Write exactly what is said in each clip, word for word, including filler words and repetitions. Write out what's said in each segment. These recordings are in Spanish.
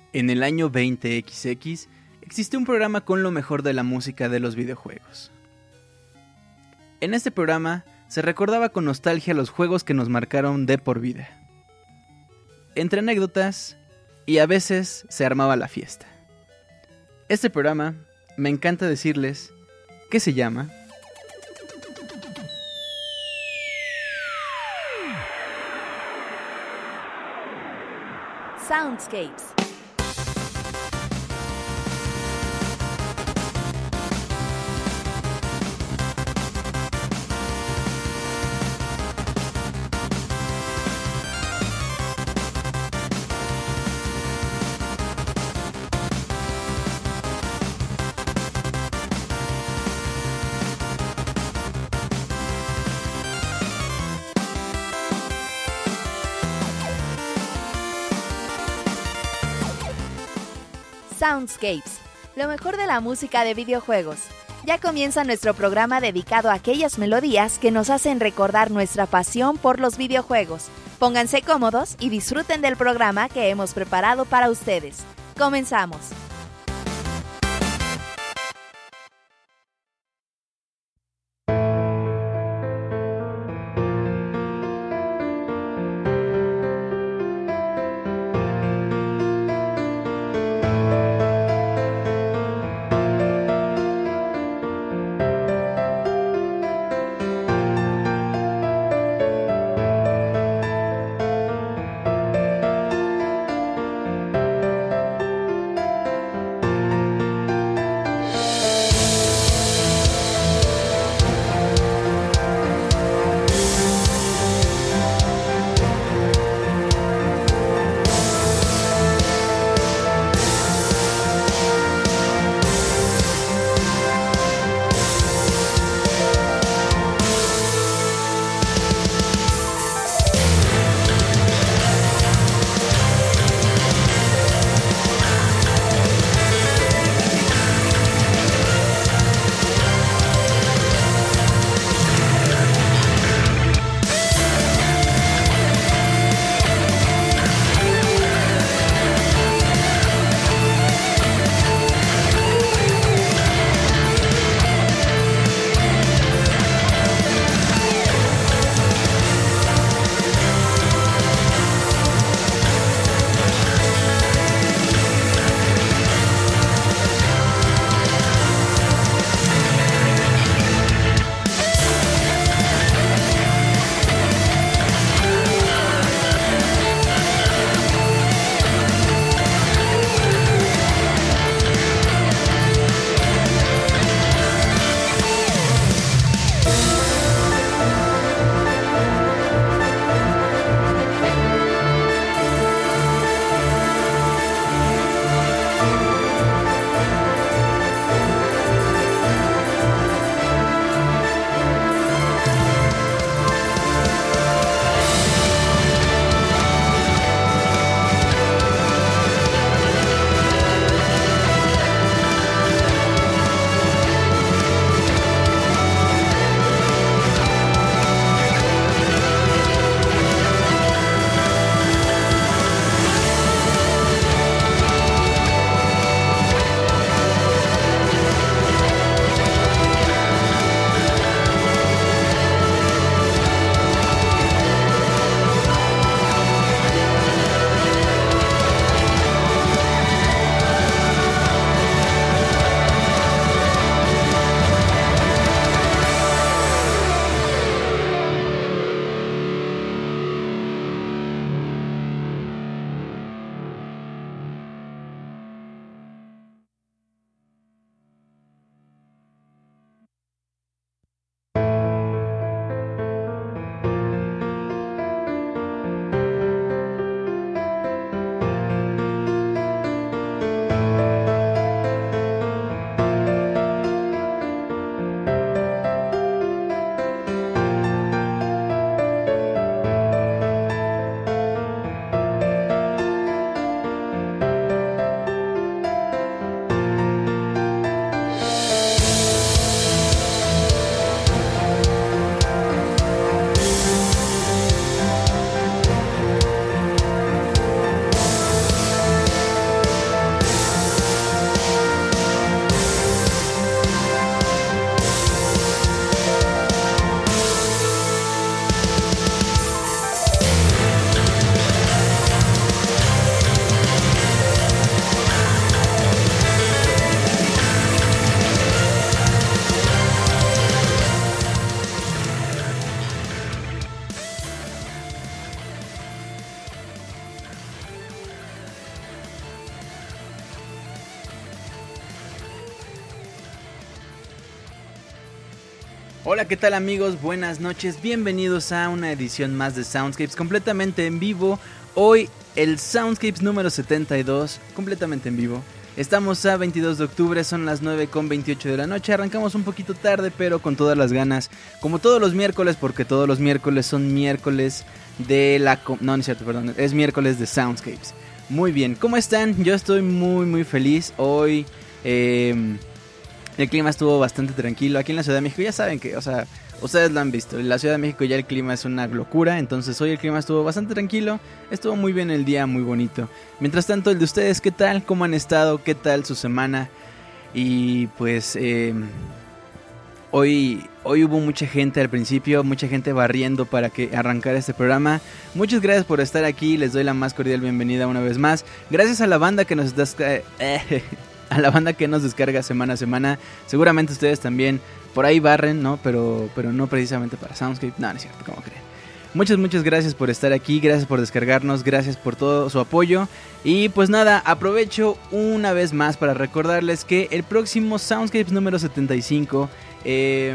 En el año veinte equis equis existió un programa con lo mejor de la música de los videojuegos. En este programa se recordaba con nostalgia los juegos que nos marcaron de por vida. Entre anécdotas y a veces se armaba la fiesta. Este programa, me encanta decirles que se llama Soundscapes. Soundscapes, lo mejor de la música de videojuegos. Ya comienza nuestro programa dedicado a aquellas melodías que nos hacen recordar nuestra pasión por los videojuegos. Pónganse cómodos y disfruten del programa que hemos preparado para ustedes. Comenzamos. Hola, ¿qué tal amigos? Buenas noches, bienvenidos a una edición más de Soundscapes completamente en vivo. Hoy el Soundscapes número setenta y dos, completamente en vivo. Estamos a veintidós de octubre, son las nueve con veintiocho de la noche. Arrancamos un poquito tarde, pero con todas las ganas, como todos los miércoles, porque todos los miércoles son miércoles de la... No, no es cierto, perdón, es miércoles de Soundscapes. Muy bien, ¿cómo están? Yo estoy muy muy feliz. Hoy eh, el clima estuvo bastante tranquilo. Aquí en la Ciudad de México ya saben que, o sea, ustedes lo han visto. En la Ciudad de México ya el clima es una locura. Entonces hoy el clima estuvo bastante tranquilo. Estuvo muy bien el día, muy bonito. Mientras tanto, el de ustedes, ¿qué tal? ¿Cómo han estado? ¿Qué tal su semana? Y pues... Eh, Hoy, hoy hubo mucha gente al principio, mucha gente barriendo para que arrancara este programa. Muchas gracias por estar aquí, les doy la más cordial bienvenida una vez más. Gracias a la banda que nos descarga, eh, a la banda que nos descarga semana a semana. Seguramente ustedes también por ahí barren, ¿no? Pero, pero no precisamente para Soundscape. No, no es cierto, ¿cómo creen? Muchas, muchas gracias por estar aquí, gracias por descargarnos, gracias por todo su apoyo. Y pues nada, aprovecho una vez más para recordarles que el próximo Soundscapes número setenta y cinco eh,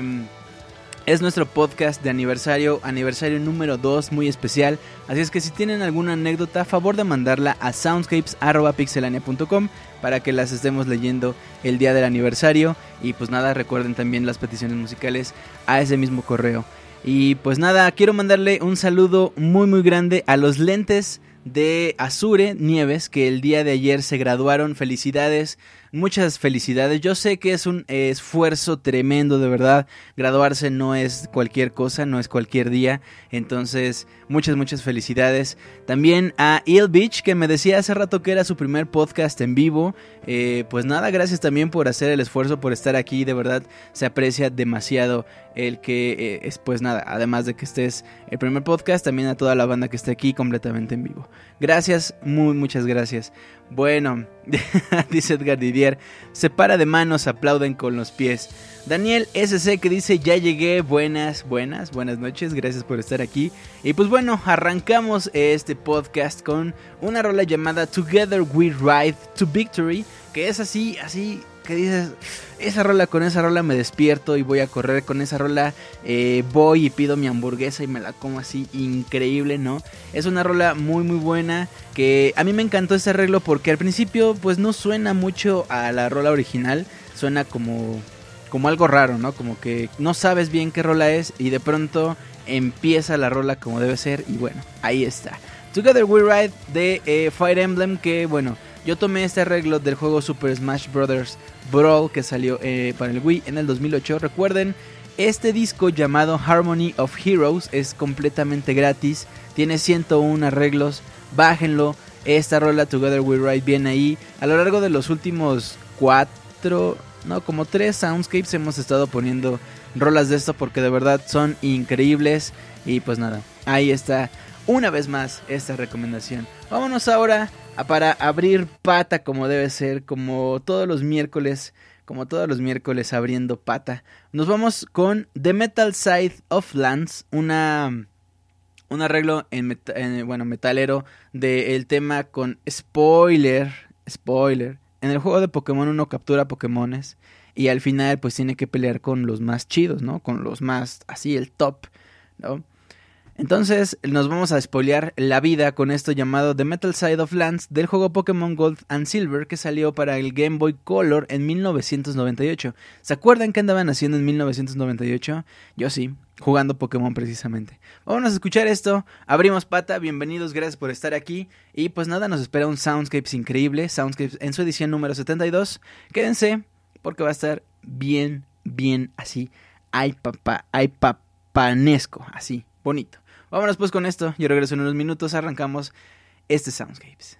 es nuestro podcast de aniversario, aniversario número dos, muy especial. Así es que si tienen alguna anécdota, a favor de mandarla a soundscapes arroba pixelania punto com para que las estemos leyendo el día del aniversario. Y pues nada, recuerden también las peticiones musicales a ese mismo correo. Y pues nada, quiero mandarle un saludo muy muy grande a los lentes de Azure Nieves, que el día de ayer se graduaron. Felicidades, muchas felicidades. Yo sé que es un esfuerzo tremendo, de verdad. Graduarse no es cualquier cosa, no es cualquier día. Entonces, muchas, muchas felicidades. También a Il Beach, que me decía hace rato que era su primer podcast en vivo. Eh, pues nada, gracias también por hacer el esfuerzo, por estar aquí. De verdad, se aprecia demasiado el que, eh, es, pues nada, además de que estés el primer podcast, también a toda la banda que está aquí completamente en vivo. Gracias, muy, muchas gracias. Bueno, dice Edgar Didier, se para de manos, aplauden con los pies. Daniel S C que dice, ya llegué, buenas, buenas, buenas noches, gracias por estar aquí. Y pues bueno, arrancamos este podcast con una rola llamada Together We Ride to Victory, que es así, así... que dices, esa rola, con esa rola me despierto y voy a correr, con esa rola eh, voy y pido mi hamburguesa y me la como así, increíble, ¿no? Es una rola muy muy buena, que a mí me encantó ese arreglo porque al principio pues no suena mucho a la rola original, suena como, como algo raro, ¿no? Como que no sabes bien qué rola es y de pronto empieza la rola como debe ser y bueno, ahí está. Together We Ride de eh, Fire Emblem, que bueno... Yo tomé este arreglo del juego Super Smash Bros. Brawl que salió eh, para el Wii en el dos mil ocho. Recuerden, este disco llamado Harmony of Heroes es completamente gratis. Tiene ciento uno arreglos. Bájenlo. Esta rola Together We Ride viene ahí. A lo largo de los últimos cuatro, no, como tres Soundscapes hemos estado poniendo rolas de esto porque de verdad son increíbles. Y pues nada, ahí está una vez más esta recomendación. Vámonos ahora para abrir pata como debe ser, como todos los miércoles, como todos los miércoles abriendo pata. Nos vamos con The Metal Side of Lands, una, un arreglo en, meta, en bueno, metalero del tema con spoiler, spoiler. En el juego de Pokémon uno captura Pokémones y al final pues tiene que pelear con los más chidos, ¿no? Con los más, así el top, ¿no? Entonces nos vamos a spoilear la vida con esto llamado The Metal Side of Lands del juego Pokémon Gold and Silver que salió para el Game Boy Color en mil novecientos noventa y ocho. ¿Se acuerdan qué andaban haciendo en mil novecientos noventa y ocho? Yo sí, jugando Pokémon precisamente. Vamos a escuchar esto, abrimos pata, bienvenidos, gracias por estar aquí. Y pues nada, nos espera un Soundscapes increíble, Soundscapes en su edición número setenta y dos. Quédense porque va a estar bien, bien así, ay papá, ay papanesco, así, bonito. Vámonos pues con esto, yo regreso en unos minutos, arrancamos este Soundscapes.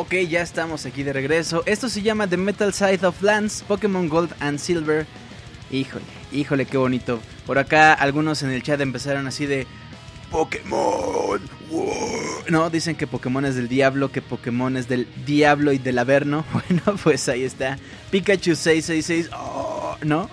Ok, ya estamos aquí de regreso. Esto se llama The Metal Side of Lands, Pokémon Gold and Silver. Híjole, híjole, qué bonito. Por acá algunos en el chat empezaron así de... Pokémon, wow. No, dicen que Pokémon es del diablo, que Pokémon es del diablo y del averno. Bueno, pues ahí está. Pikachu seiscientos sesenta y seis, oh, ¿no?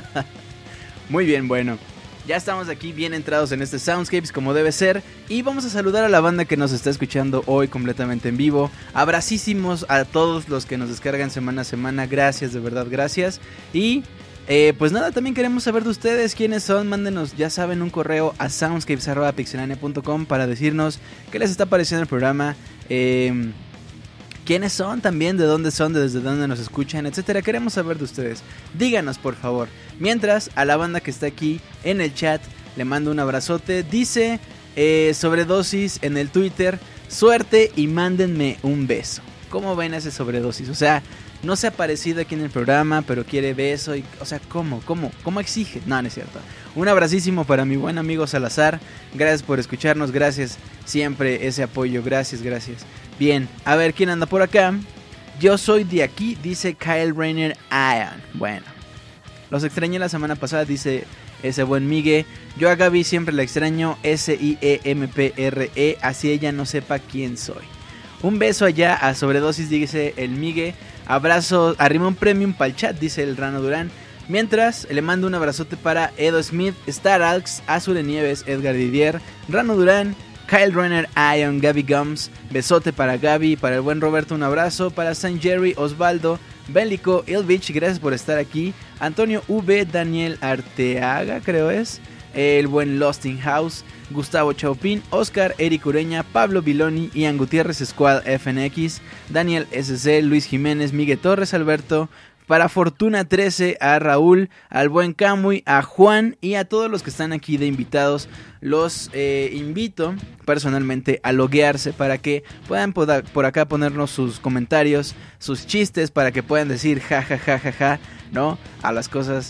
Muy bien, bueno. Ya estamos aquí bien entrados en este Soundscapes como debe ser. Y vamos a saludar a la banda que nos está escuchando hoy completamente en vivo. Abracísimos a todos los que nos descargan semana a semana. Gracias, de verdad, gracias. Y... Eh, pues nada, también queremos saber de ustedes quiénes son. Mándenos, ya saben, un correo a soundscapes arroba pixelania punto com para decirnos qué les está pareciendo el programa, eh, quiénes son también, de dónde son, de desde dónde nos escuchan, etcétera. Queremos saber de ustedes. Díganos, por favor. Mientras, a la banda que está aquí en el chat le mando un abrazote. Dice eh, sobredosis en el Twitter: suerte y mándenme un beso. ¿Cómo ven ese sobredosis? O sea, no se ha aparecido aquí en el programa, pero quiere beso y, o sea, ¿cómo? ¿Cómo? ¿Cómo exige? No, no es cierto. Un abracísimo para mi buen amigo Salazar. Gracias por escucharnos, gracias siempre ese apoyo, gracias, gracias. Bien, a ver, ¿quién anda por acá? Yo soy de aquí, dice Kyle Rainer Ian. Bueno, los extrañé la semana pasada, dice ese buen Migue. Yo a Gaby siempre la extraño, S I E M P R E, así ella no sepa quién soy. Un beso allá a Sobredosis, dice el Migue. Abrazo a Rimón Premium pa'l chat, dice el Rano Durán. Mientras, le mando un abrazote para Edo Smith, Star Alx, Azure Nieves, Edgar Didier, Rano Durán, Kyle Renner, Ion, Gaby Gums. Besote para Gaby, para el buen Roberto un abrazo, para Saint Jerry, Osvaldo, Bélico, Ilvich, gracias por estar aquí. Antonio V, Daniel Arteaga, creo es. El buen Lost in House, Gustavo Chaupín, Oscar, Eric Ureña, Pablo Viloni, Ian Gutiérrez, Squad F N X, Daniel S C, Luis Jiménez, Miguel Torres, Alberto, para Fortuna trece, a Raúl, al buen Camuy, a Juan y a todos los que están aquí de invitados. Los eh, invito personalmente a loguearse para que puedan poda- por acá ponernos sus comentarios, sus chistes, para que puedan decir ja ja ja ja ja, ¿no? A las cosas.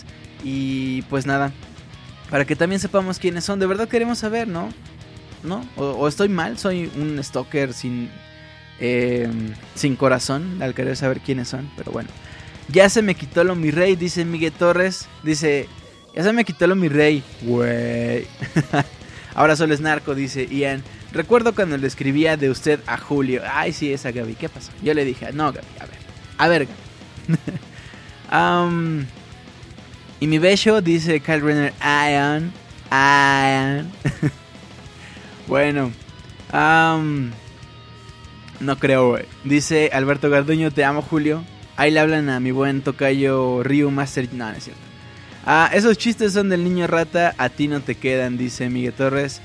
Y pues nada, para que también sepamos quiénes son. De verdad queremos saber, ¿no? ¿No? O, o estoy mal, soy un stalker sin, eh, sin corazón al querer saber quiénes son. Pero bueno. Ya se me quitó lo mi rey, dice Miguel Torres. Dice, ya se me quitó lo mi rey. Güey. Ahora solo es narco, dice Ian. Recuerdo cuando le escribía de usted a Julio. Ay, sí, esa Gaby. ¿Qué pasó? Yo le dije, no, Gaby, a ver. A ver, Gaby. um... Y mi bello, dice Kyle Renner, Ian, Ian. Bueno, um, no creo, güey. Dice Alberto Garduño, te amo, Julio. Ahí le hablan a mi buen tocayo Ryu Master. No, no es cierto. Ah, esos chistes son del niño rata, a ti no te quedan, dice Miguel Torres.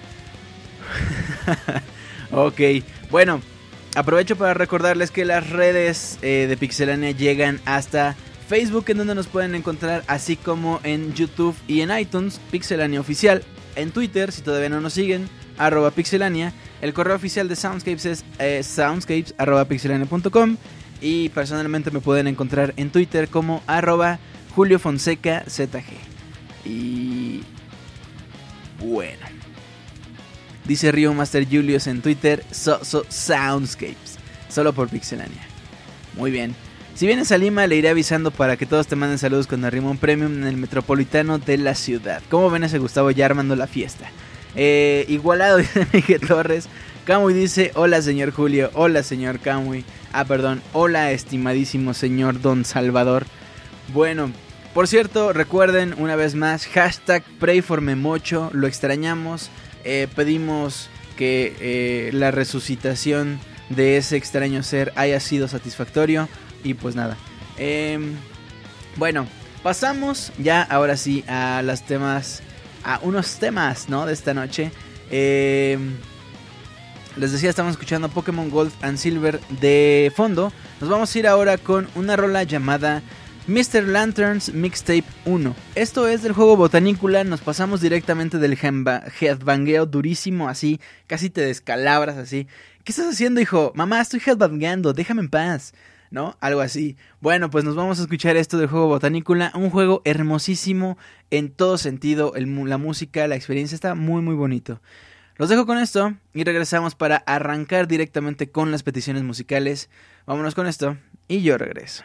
Ok, bueno, aprovecho para recordarles que las redes eh, de Pixelania llegan hasta Facebook, en donde nos pueden encontrar, así como en YouTube y en iTunes, Pixelania Oficial. En Twitter, si todavía no nos siguen, arroba Pixelania. El correo oficial de Soundscapes es eh, soundscapes arroba pixelania punto com. Y personalmente me pueden encontrar en Twitter como arroba Julio Fonseca Z G. Y bueno, dice Rio Master Julius en Twitter, so, so, Soundscapes, solo por Pixelania. Muy bien. Si vienes a Lima, le iré avisando para que todos te manden saludos con el Rimón Premium en el Metropolitano de la ciudad. ¿Cómo ven ese Gustavo ya armando la fiesta? Eh, igualado, dice Miguel Torres. Camuy dice, hola señor Julio, hola señor Camuy. Ah, perdón, hola estimadísimo señor Don Salvador. Bueno, por cierto, recuerden una vez más, hashtag PrayForMemocho, lo extrañamos. Eh, pedimos que eh, la resucitación de ese extraño ser haya sido satisfactorio. Y pues nada, eh, bueno, pasamos ya ahora sí a los temas, a unos temas, ¿no? De esta noche. Eh, les decía, estamos escuchando Pokémon Gold and Silver de fondo. Nos vamos a ir ahora con una rola llamada mister Lanterns Mixtape uno. Esto es del juego Botanicula. Nos pasamos directamente del headbangueo durísimo, así, casi te descalabras así. ¿Qué estás haciendo, hijo? Mamá, estoy headbangueando, déjame en paz, ¿no? Algo así. Bueno, pues nos vamos a escuchar esto del juego Botanicula, un juego hermosísimo en todo sentido, el, la música, la experiencia está muy muy bonito. Los dejo con esto y regresamos para arrancar directamente con las peticiones musicales. Vámonos con esto y yo regreso.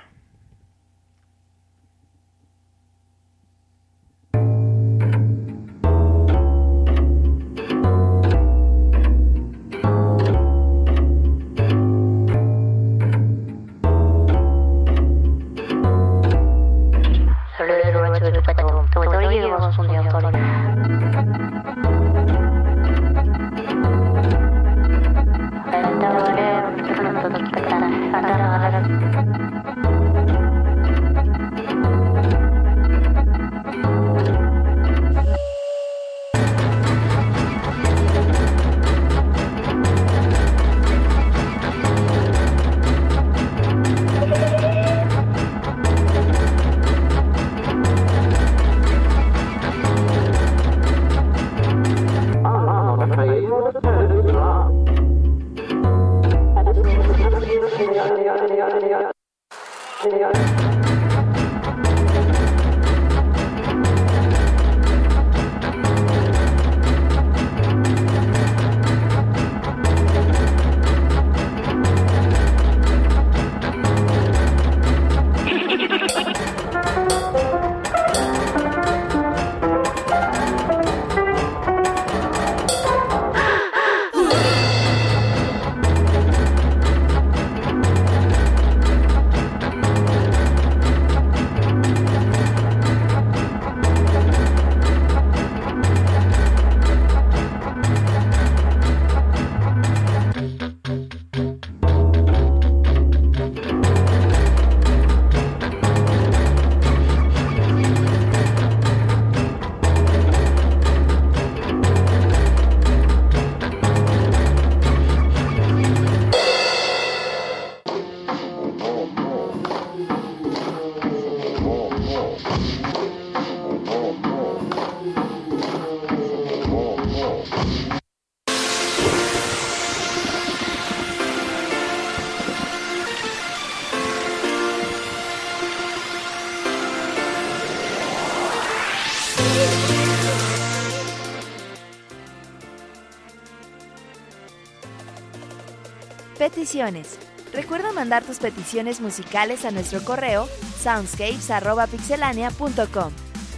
Peticiones. Recuerda mandar tus peticiones musicales a nuestro correo soundscapes arroba pixelania punto com.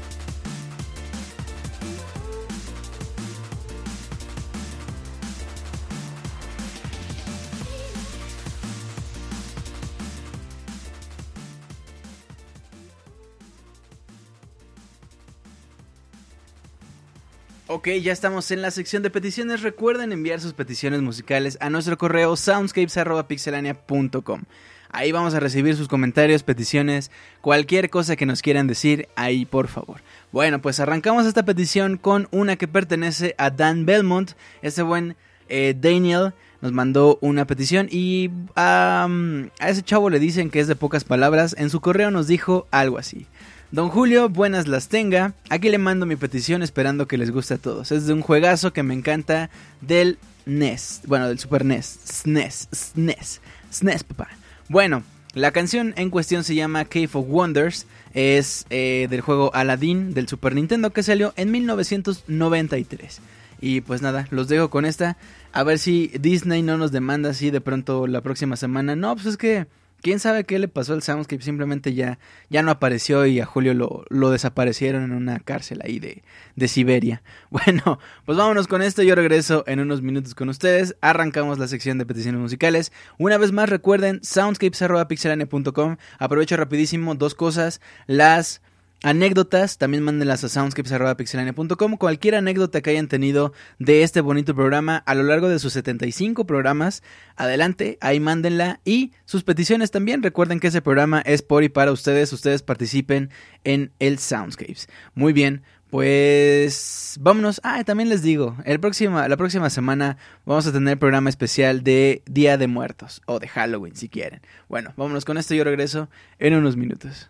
Ok, ya estamos en la sección de peticiones. Recuerden enviar sus peticiones musicales a nuestro correo soundscapes arroba pixelania punto com. Ahí vamos a recibir sus comentarios, peticiones, cualquier cosa que nos quieran decir, ahí por favor. Bueno, pues arrancamos esta petición con una que pertenece a Dan Belmont. Este buen eh, Daniel nos mandó una petición y um, a ese chavo le dicen que es de pocas palabras. En su correo nos dijo algo así: Don Julio, buenas las tenga. Aquí le mando mi petición esperando que les guste a todos. Es de un juegazo que me encanta del N E S. Bueno, del Super N E S. S N E S. S N E S. S N E S, papá. Bueno, la canción en cuestión se llama Cave of Wonders. Es eh, del juego Aladdin del Super Nintendo que salió en mil novecientos noventa y tres. Y pues nada, los dejo con esta. A ver si Disney no nos demanda así de pronto la próxima semana. No, pues es que quién sabe qué le pasó al Soundscape. Simplemente ya, ya no apareció y a Julio lo, lo desaparecieron en una cárcel ahí de, de Siberia. Bueno, pues vámonos con esto. Yo regreso en unos minutos con ustedes. Arrancamos la sección de peticiones musicales. Una vez más recuerden soundscapes arroba pixelania punto com. Aprovecho rapidísimo dos cosas. Las anécdotas, también mándenlas a soundscapes arroba pixelania punto com. Cualquier anécdota que hayan tenido de este bonito programa a lo largo de sus setenta y cinco programas, adelante, ahí mándenla. Y sus peticiones también, recuerden que ese programa es por y para ustedes. Ustedes participen en el Soundscapes. Muy bien, pues vámonos. Ah, también les digo, el próximo, la próxima semana vamos a tener programa especial de Día de Muertos, o de Halloween si quieren. Bueno, vámonos con esto. Yo regreso en unos minutos.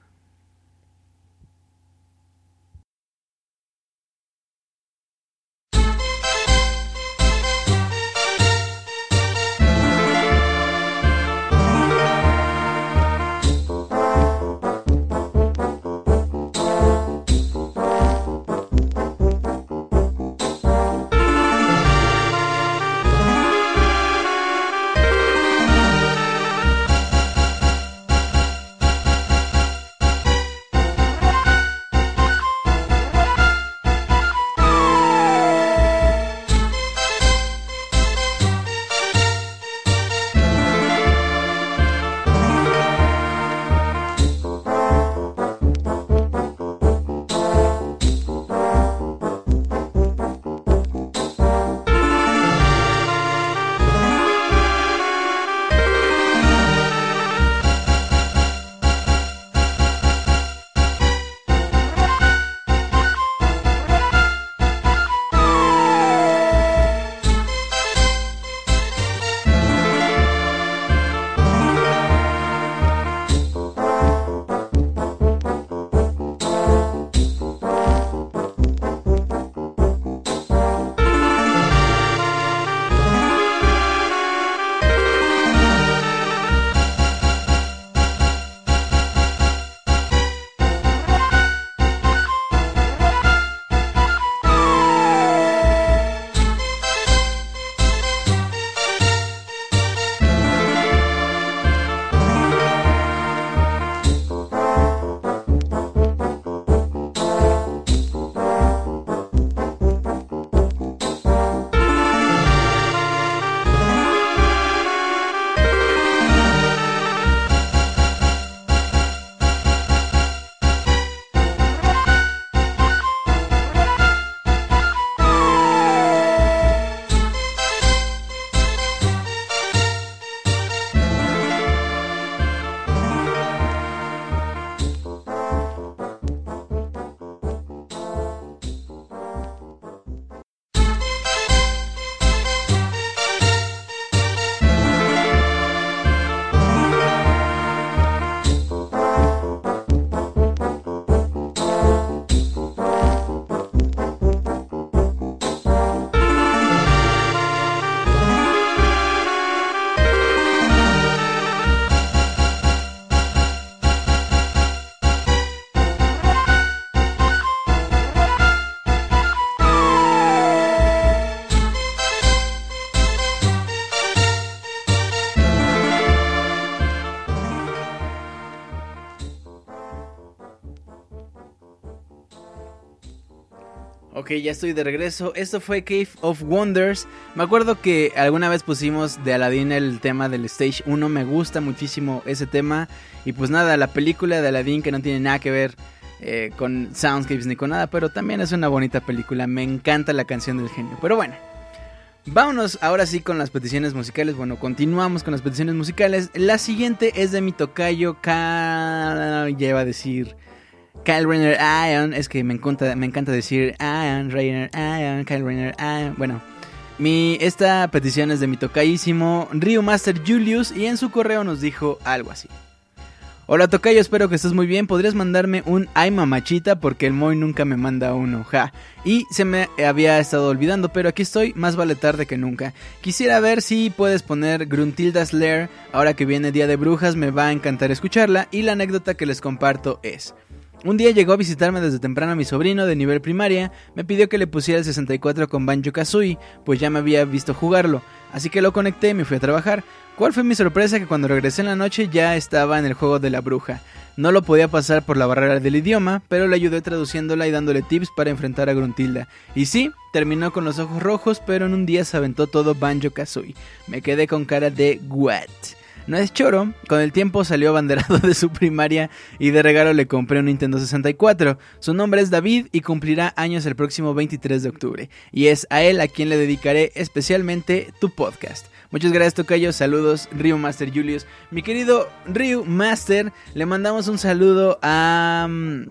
Ok, ya estoy de regreso. Esto fue Cave of Wonders. Me acuerdo que alguna vez pusimos de Aladdin el tema del Stage uno. Me gusta muchísimo ese tema. Y pues nada, la película de Aladdin, que no tiene nada que ver eh, con soundscapes ni con nada, pero también es una bonita película. Me encanta la canción del genio. Pero bueno, vámonos ahora sí con las peticiones musicales. Bueno, continuamos con las peticiones musicales. La siguiente es de mi tocayo K... Ya iba a decir... Kyle Rayner Ion, es que me encanta, me encanta decir Ion, Rayner Ion, Kyle Rayner Ion. Bueno, mi, esta petición es de mi tocayísimo Ryu Master Julius y en su correo nos dijo algo así. Hola tocayo, espero que estés muy bien. ¿Podrías mandarme un ay mamachita? Porque el Moy nunca me manda uno, ja. Y se me había estado olvidando, pero aquí estoy, más vale tarde que nunca. Quisiera ver si puedes poner Gruntilda's Lair. Ahora que viene Día de Brujas me va a encantar escucharla. Y la anécdota que les comparto es... Un día llegó a visitarme desde temprano mi sobrino de nivel primaria, me pidió que le pusiera el sesenta y cuatro con Banjo-Kazooie, pues ya me había visto jugarlo, así que lo conecté y me fui a trabajar. ¿Cuál fue mi sorpresa? Que cuando regresé en la noche ya estaba en el juego de la bruja. No lo podía pasar por la barrera del idioma, pero le ayudé traduciéndola y dándole tips para enfrentar a Gruntilda. Y sí, terminó con los ojos rojos, pero en un día se aventó todo Banjo-Kazooie. Me quedé con cara de ¿what? No es choro, con el tiempo salió abanderado de su primaria y de regalo le compré un Nintendo sesenta y cuatro. Su nombre es David y cumplirá años el próximo veintitrés de octubre. Y es a él a quien le dedicaré especialmente tu podcast. Muchas gracias tocayo, saludos Ryu Master Julius. Mi querido Ryu Master, le mandamos un saludo a...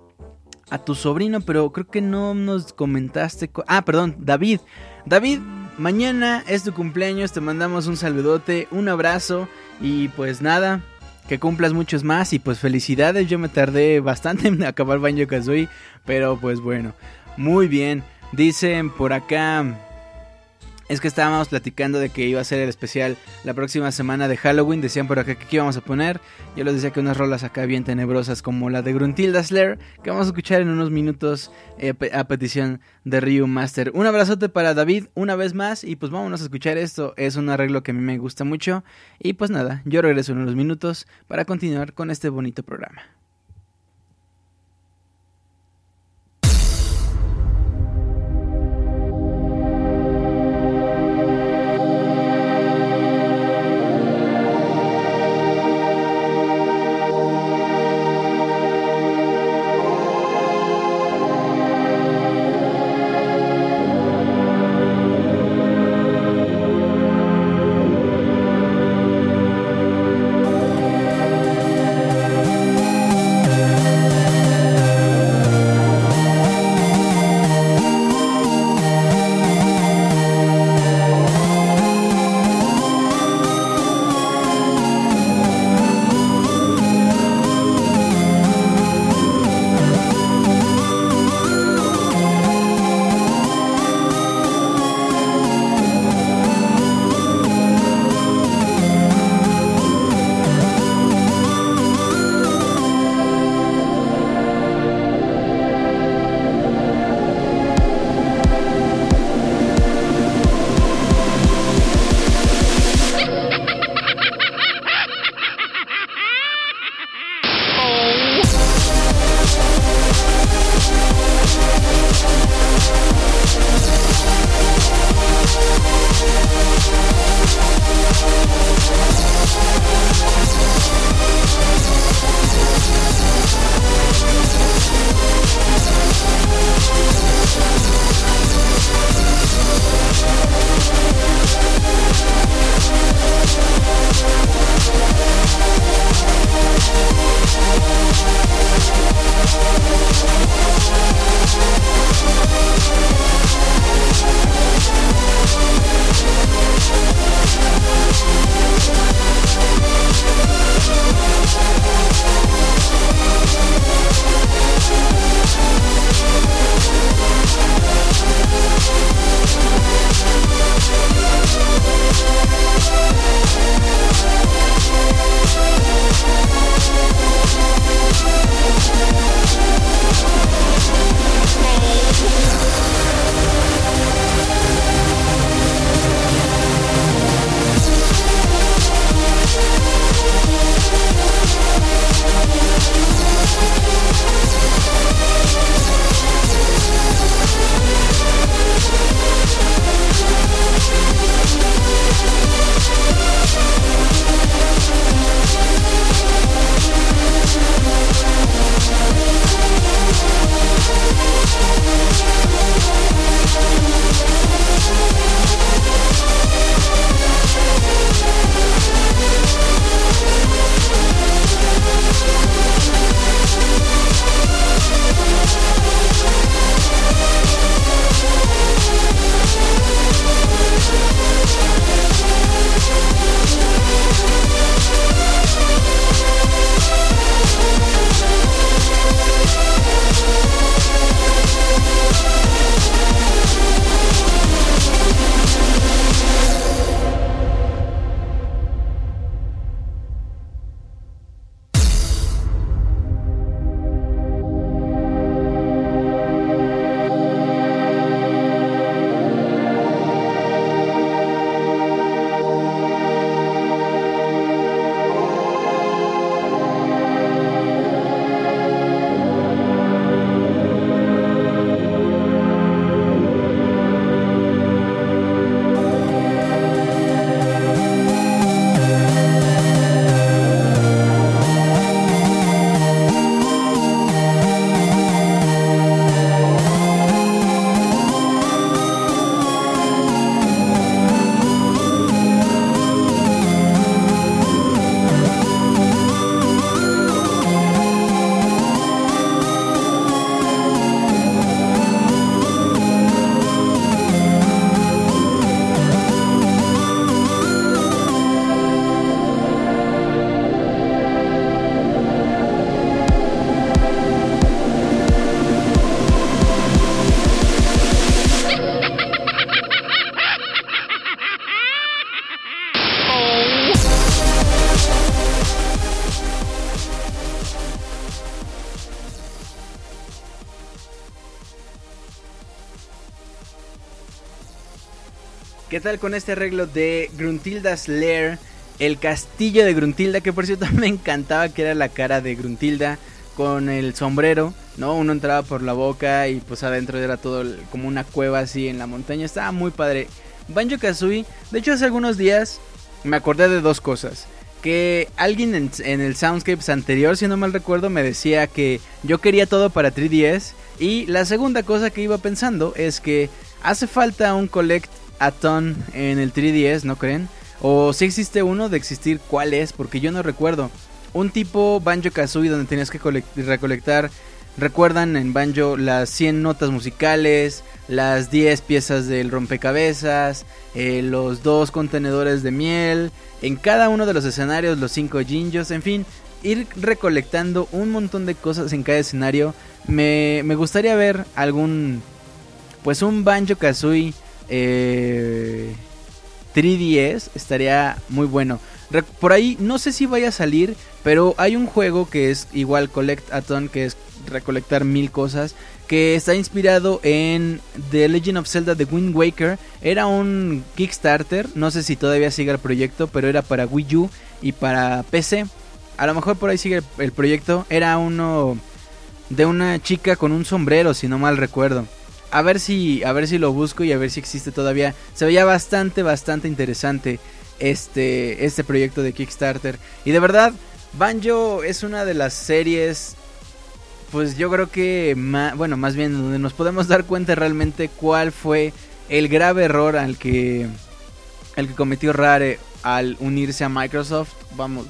a tu sobrino, pero creo que no nos comentaste... Ah, perdón, David. David, mañana es tu cumpleaños, te mandamos un saludote, un abrazo... Y pues nada, que cumplas muchos más y pues felicidades, yo me tardé bastante en acabar Banjo-Kazooie, pero pues bueno, muy bien. Dicen por acá, es que estábamos platicando de que iba a ser el especial la próxima semana de Halloween, decían por acá que qué íbamos a poner, yo les decía que unas rolas acá bien tenebrosas como la de Gruntilda's Lair, que vamos a escuchar en unos minutos eh, a petición de Ryu Master. Un abrazote para David una vez más y pues vámonos a escuchar esto, es un arreglo que a mí me gusta mucho y pues nada, yo regreso en unos minutos para continuar con este bonito programa. ¿Qué tal con este arreglo de Gruntilda's Lair? El castillo de Gruntilda, que por cierto me encantaba, que era la cara de Gruntilda con el sombrero, ¿no? Uno entraba por la boca y pues adentro era todo el, como una cueva así en la montaña. Estaba muy padre. Banjo-Kazooie, de hecho hace algunos días me acordé de dos cosas. Que alguien en, en el Soundscapes anterior, si no mal recuerdo, me decía que yo quería todo para tres D S. Y la segunda cosa que iba pensando es que hace falta un Collect-A-Ton en el tres D S, ¿no creen? O si existe uno, de existir, ¿cuál es? Porque yo no recuerdo. Un tipo Banjo-Kazooie donde tenías que recolectar, recuerdan en Banjo las cien notas musicales, las diez piezas del rompecabezas, eh, los dos contenedores de miel, en cada uno de los escenarios los cinco Jinjos, en fin, ir recolectando un montón de cosas en cada escenario. Me, me gustaría ver algún, pues un Banjo-Kazooie eh, tres D S, estaría muy bueno. Por ahí no sé si vaya a salir, pero hay un juego que es igual Collect-A-Ton, que es recolectar mil cosas, que está inspirado en The Legend of Zelda The Wind Waker. Era un Kickstarter, no sé si todavía sigue el proyecto, pero era para Wii U y para P C. A lo mejor por ahí sigue el proyecto. Era uno de una chica con un sombrero, si no mal recuerdo. A ver si, a ver si lo busco y a ver si existe todavía. Se veía bastante, bastante interesante este, este proyecto de Kickstarter. Y de verdad, Banjo es una de las series, pues yo creo que, ma, bueno, más bien donde nos podemos dar cuenta realmente cuál fue el grave error al que, el que cometió Rare al unirse a Microsoft. Vamos.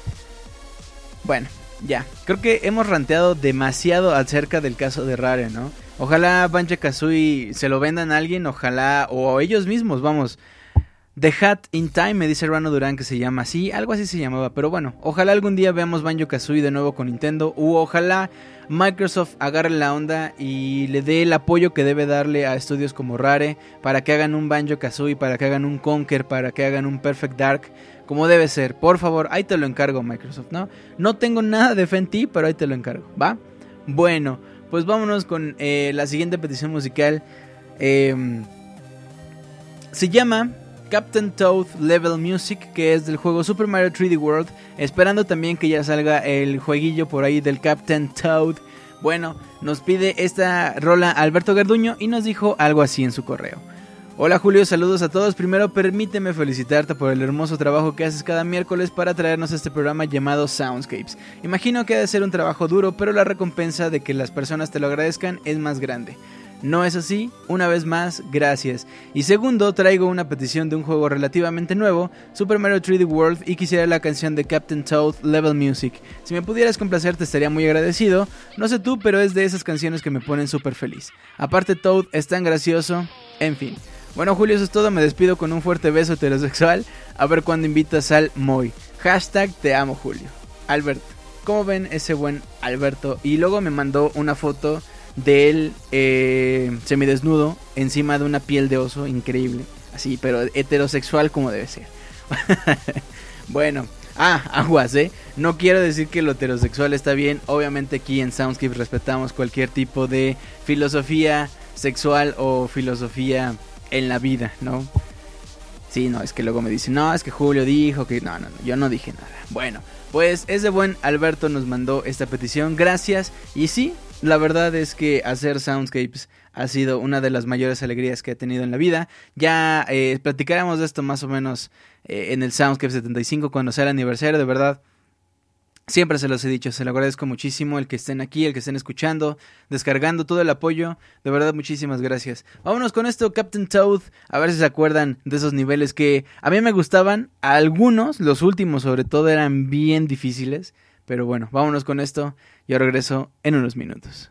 Bueno, ya. Creo que hemos ranteado demasiado acerca del caso de Rare, ¿no? Ojalá Banjo-Kazooie se lo vendan a alguien, ojalá, o ellos mismos, vamos. The Hat in Time, me dice Rano Durán que se llama así, algo así se llamaba, pero bueno, ojalá algún día veamos Banjo-Kazooie de nuevo con Nintendo, u ojalá Microsoft agarre la onda y le dé el apoyo que debe darle a estudios como Rare, para que hagan un Banjo-Kazooie, para que hagan un Conker, para que hagan un Perfect Dark, como debe ser. Por favor, ahí te lo encargo, Microsoft, ¿no? No tengo nada de fe en ti, pero ahí te lo encargo, ¿va? Bueno, pues vámonos con eh, la siguiente petición musical. Eh, se llama Captain Toad Level Music, que es del juego Super Mario tres D World. Esperando también que ya salga el jueguillo por ahí del Captain Toad. Bueno, nos pide esta rola Alberto Garduño y nos dijo algo así en su correo. Hola Julio, saludos a todos. Primero permíteme felicitarte por el hermoso trabajo que haces cada miércoles para traernos este programa llamado Soundscapes. Imagino que ha de ser un trabajo duro, pero la recompensa de que las personas te lo agradezcan es más grande. ¿No es así? Una vez más, gracias. Y segundo, traigo una petición de un juego relativamente nuevo, Super Mario tres D World, y quisiera la canción de Captain Toad Level Music. Si me pudieras complacer te estaría muy agradecido. No sé tú, pero es de esas canciones que me ponen súper feliz. Aparte Toad es tan gracioso, en fin. Bueno Julio, eso es todo, me despido con un fuerte beso heterosexual. A ver cuándo invitas al Moy. Hashtag te amo Julio. Alberto, ¿cómo ven ese buen Alberto? Y luego me mandó una foto de él eh, semidesnudo encima de una piel de oso, increíble. Así, pero heterosexual como debe ser. Bueno, ah, aguas, eh. No quiero decir que lo heterosexual está bien. Obviamente aquí en Soundscape respetamos cualquier tipo de filosofía sexual o filosofía en la vida, ¿no? Sí, no, es que luego me dicen, no, es que Julio dijo que... No, no, no, yo no dije nada. Bueno, pues ese buen Alberto nos mandó esta petición, gracias. Y sí, la verdad es que hacer Soundscapes ha sido una de las mayores alegrías que he tenido en la vida. Ya eh, platicaremos de esto más o menos eh, en el Soundscape setenta y cinco cuando sea el aniversario, de verdad. Siempre se los he dicho, se lo agradezco muchísimo el que estén aquí, el que estén escuchando, descargando todo el apoyo, de verdad muchísimas gracias. Vámonos con esto, Captain Toad, a ver si se acuerdan de esos niveles que a mí me gustaban, a algunos, los últimos sobre todo eran bien difíciles, pero bueno, vámonos con esto, yo regreso en unos minutos.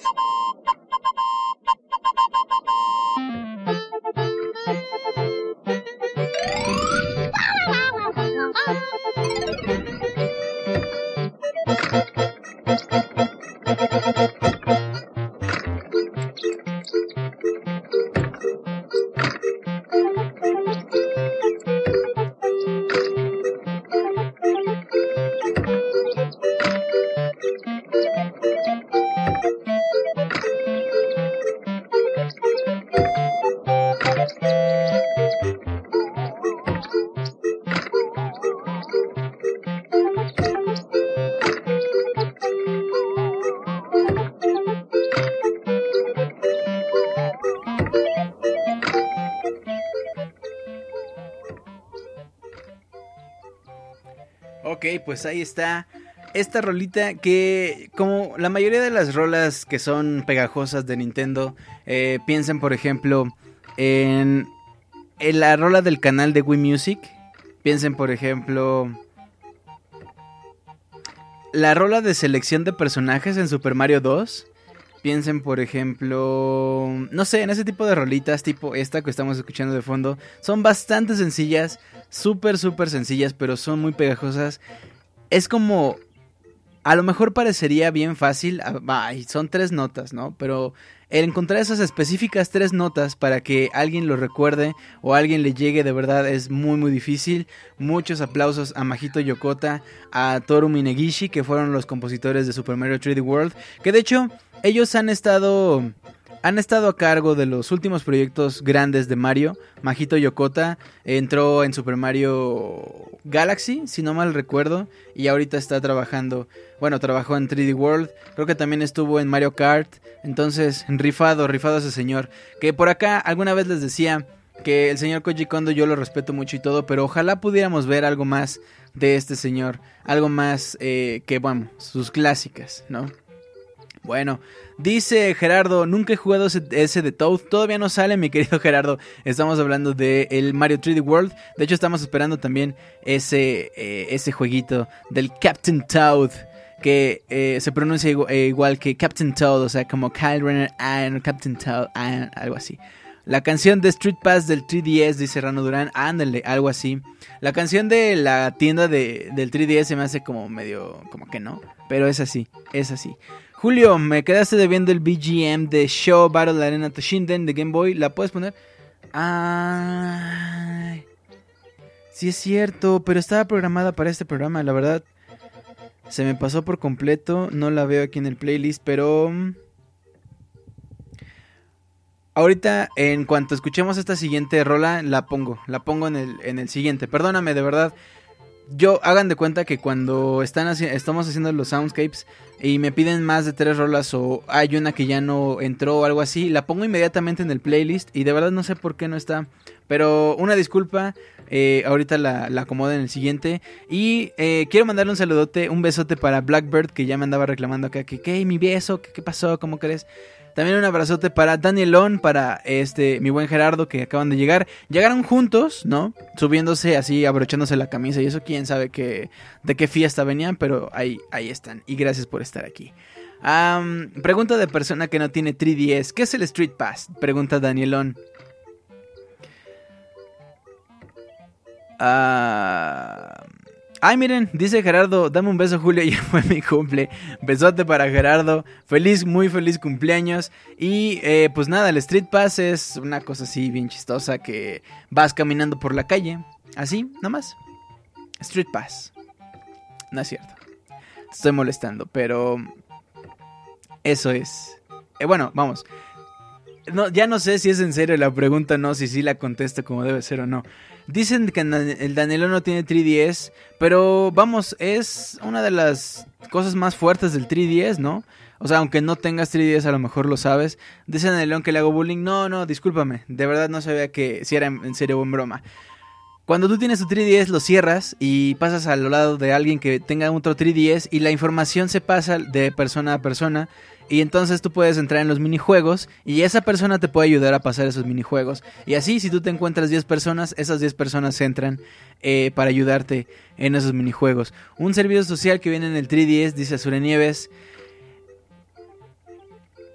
Ok, pues ahí está esta rolita que, como la mayoría de las rolas que son pegajosas de Nintendo, eh, piensen por ejemplo en, en la rola del canal de Wii Music. Piensen por ejemplo la rola de selección de personajes en Super Mario dos. Piensen por ejemplo, no sé, en ese tipo de rolitas tipo esta que estamos escuchando de fondo. Son bastante sencillas, súper súper sencillas, pero son muy pegajosas. Es como, a lo mejor parecería bien fácil, ay, son tres notas, ¿no? Pero el encontrar esas específicas tres notas para que alguien lo recuerde o a alguien le llegue de verdad es muy muy difícil. Muchos aplausos a Majito Yokota, a Toru Minegishi, que fueron los compositores de Super Mario tres D World, que de hecho ellos han estado han estado a cargo de los últimos proyectos grandes de Mario. Majito Yokota entró en Super Mario Galaxy, si no mal recuerdo, y ahorita está trabajando, bueno, trabajó en tres D World, creo que también estuvo en Mario Kart. Entonces, rifado, rifado ese señor, que por acá alguna vez les decía que el señor Koji Kondo yo lo respeto mucho y todo, pero ojalá pudiéramos ver algo más de este señor, algo más eh, que, bueno, sus clásicas, ¿no? Bueno, dice Gerardo, nunca he jugado ese, ese de Toad, todavía no sale, mi querido Gerardo. Estamos hablando de el Mario tres D World. De hecho estamos esperando también ese, eh, ese jueguito del Captain Toad, que eh, se pronuncia igual, eh, igual que Captain Toad, o sea, como Kyle Renner and Captain Toad, and algo así. La canción de Street Pass del tres D S, dice Rano Durán, ándale, algo así. La canción de la tienda de, del tres D S se me hace como medio, como que no, pero es así, es así. Julio, me quedaste debiendo el B G M de Show Battle Arena Toshinden de Game Boy. ¿La puedes poner? Ay, sí es cierto, pero estaba programada para este programa. La verdad, se me pasó por completo. No la veo aquí en el playlist, pero ahorita, en cuanto escuchemos esta siguiente rola, la pongo. La pongo en el, en el siguiente. Perdóname, de verdad. Yo, hagan de cuenta que cuando están haci- estamos haciendo los soundscapes y me piden más de tres rolas o hay una que ya no entró o algo así, la pongo inmediatamente en el playlist y de verdad no sé por qué no está. Pero una disculpa, eh, ahorita la, la acomodo en el siguiente. Y eh, quiero mandarle un saludote, un besote para Blackbird, que ya me andaba reclamando acá que, ¿qué? ¿Mi beso? ¿Qué, qué pasó? ¿Cómo crees? También un abrazote para Danielón, para este mi buen Gerardo, que acaban de llegar. Llegaron juntos, ¿no? Subiéndose así, abrochándose la camisa y eso, quién sabe qué, de qué fiesta venían, pero ahí, ahí están. Y gracias por estar aquí. Um, pregunta de persona que no tiene tres D S. ¿Qué es el Street Pass? Pregunta Danielón. Ah... Uh... Ay, miren, dice Gerardo, dame un beso, Julio, ya fue mi cumple. Besote para Gerardo, feliz, muy feliz cumpleaños. Y eh, pues nada, el Street Pass es una cosa así bien chistosa que vas caminando por la calle, así, nomás. Street Pass. No es cierto, te estoy molestando, pero eso es. Eh, bueno, vamos. No, ya no sé si es en serio la pregunta, no, si sí la contesto como debe ser o no. Dicen que el Danilo no tiene tres D S, pero vamos, es una de las cosas más fuertes del tres D S, ¿no? O sea, aunque no tengas tres D S, a lo mejor lo sabes. Dice Danilo que le hago bullying. No, no, discúlpame, de verdad no sabía que si era en serio o en broma. Cuando tú tienes tu tres D S, lo cierras y pasas al lado de alguien que tenga otro tres D S y la información se pasa de persona a persona. Y entonces tú puedes entrar en los minijuegos y esa persona te puede ayudar a pasar esos minijuegos. Y así, si tú te encuentras diez personas, esas diez personas entran eh, para ayudarte en esos minijuegos. Un servidor social que viene en el tres D S, dice Azure Nieves.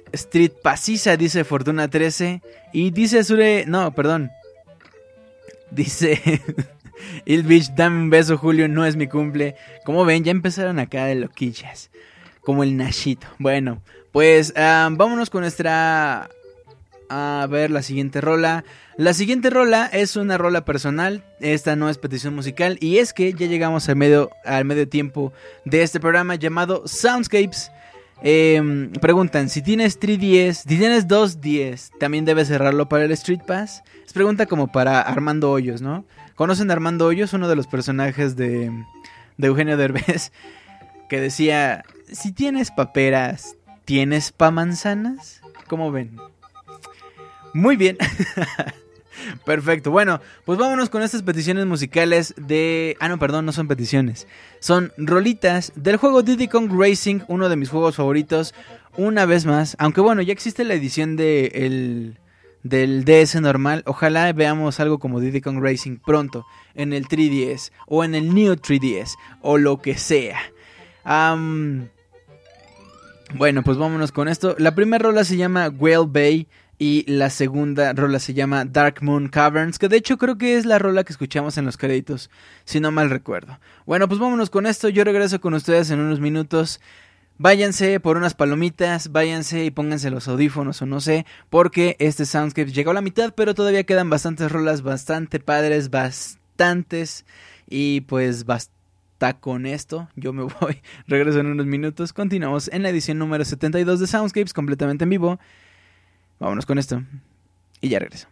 Street Pasiza, dice Fortuna trece. Y dice Sure... No, perdón. Dice... Ilvich, dame un beso, Julio, no es mi cumple. Como ven, ya empezaron acá de loquillas. Como el Nashito. Bueno, pues um, vámonos con nuestra... A ver, la siguiente rola. La siguiente rola es una rola personal. Esta no es petición musical. Y es que ya llegamos al medio, al medio tiempo de este programa llamado Soundscapes. Eh, preguntan, si tienes tres D S, si tienes dos D S, ¿también debes cerrarlo para el Street Pass? Es pregunta como para Armando Hoyos, ¿no? ¿Conocen a Armando Hoyos? Uno de los personajes de, de Eugenio Derbez, que decía, si tienes paperas, ¿tienes pa' manzanas? ¿Cómo ven? Muy bien. Perfecto, bueno, pues vámonos con estas peticiones musicales de... Ah, no, perdón, no son peticiones. Son rolitas del juego Diddy Kong Racing, uno de mis juegos favoritos. Una vez más, aunque bueno, ya existe la edición de el, del D S normal. Ojalá veamos algo como Diddy Kong Racing pronto en el tres D S o en el Neo tres D S o lo que sea. Um, bueno, pues vámonos con esto. La primera rola se llama Whale Bay. Y la segunda rola se llama Dark Moon Caverns, que de hecho creo que es la rola que escuchamos en los créditos, si no mal recuerdo. Bueno, pues vámonos con esto, yo regreso con ustedes en unos minutos. Váyanse por unas palomitas, váyanse y pónganse los audífonos o no sé, porque este Soundscape llegó a la mitad, pero todavía quedan bastantes rolas, bastante padres, bastantes, y pues basta con esto, yo me voy, regreso en unos minutos, continuamos en la edición número setenta y dos de Soundscapes, completamente en vivo. Vámonos con esto y ya regreso.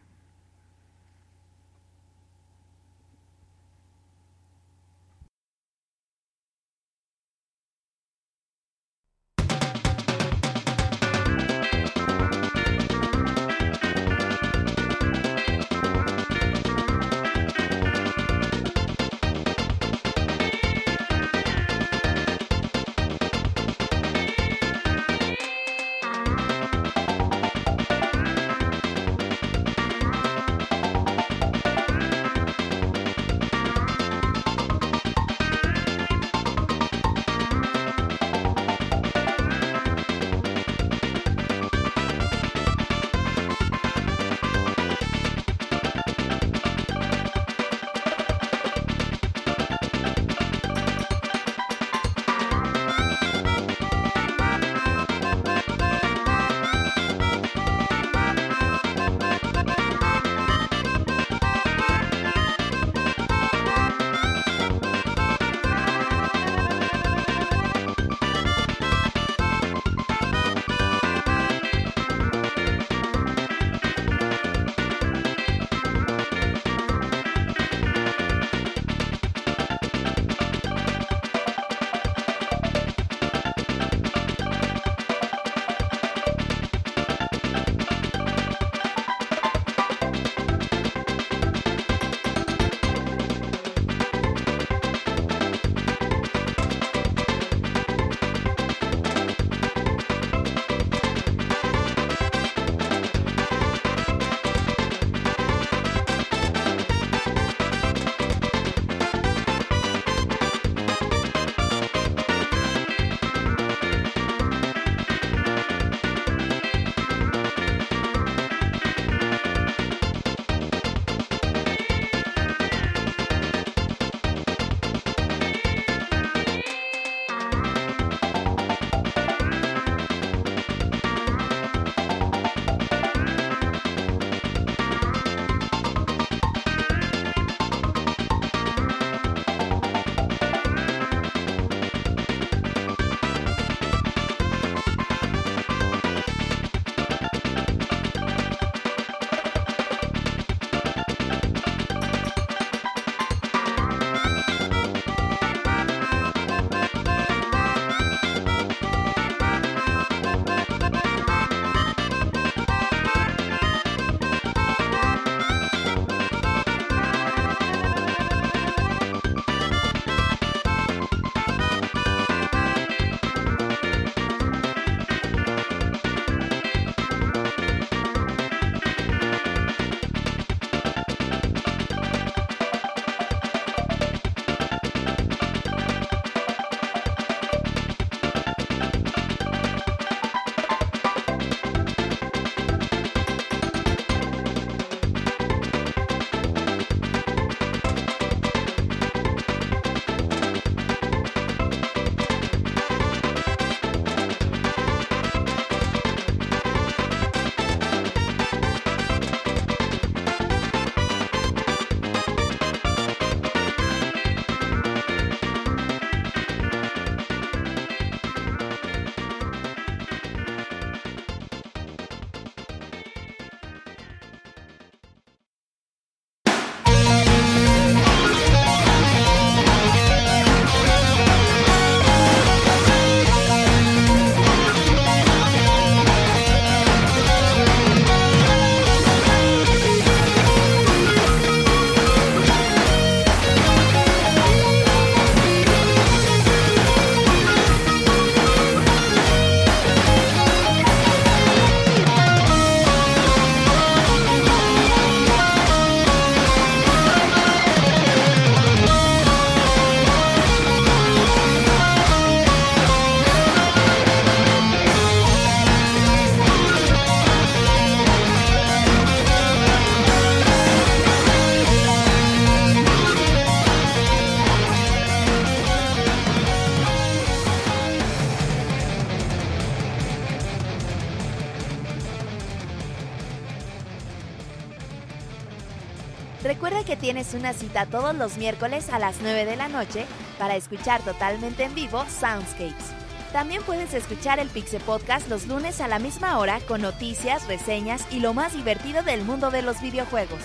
Recuerda que tienes una cita todos los miércoles a las nueve de la noche para escuchar totalmente en vivo Soundscapes. También puedes escuchar el Pixel Podcast los lunes a la misma hora con noticias, reseñas y lo más divertido del mundo de los videojuegos.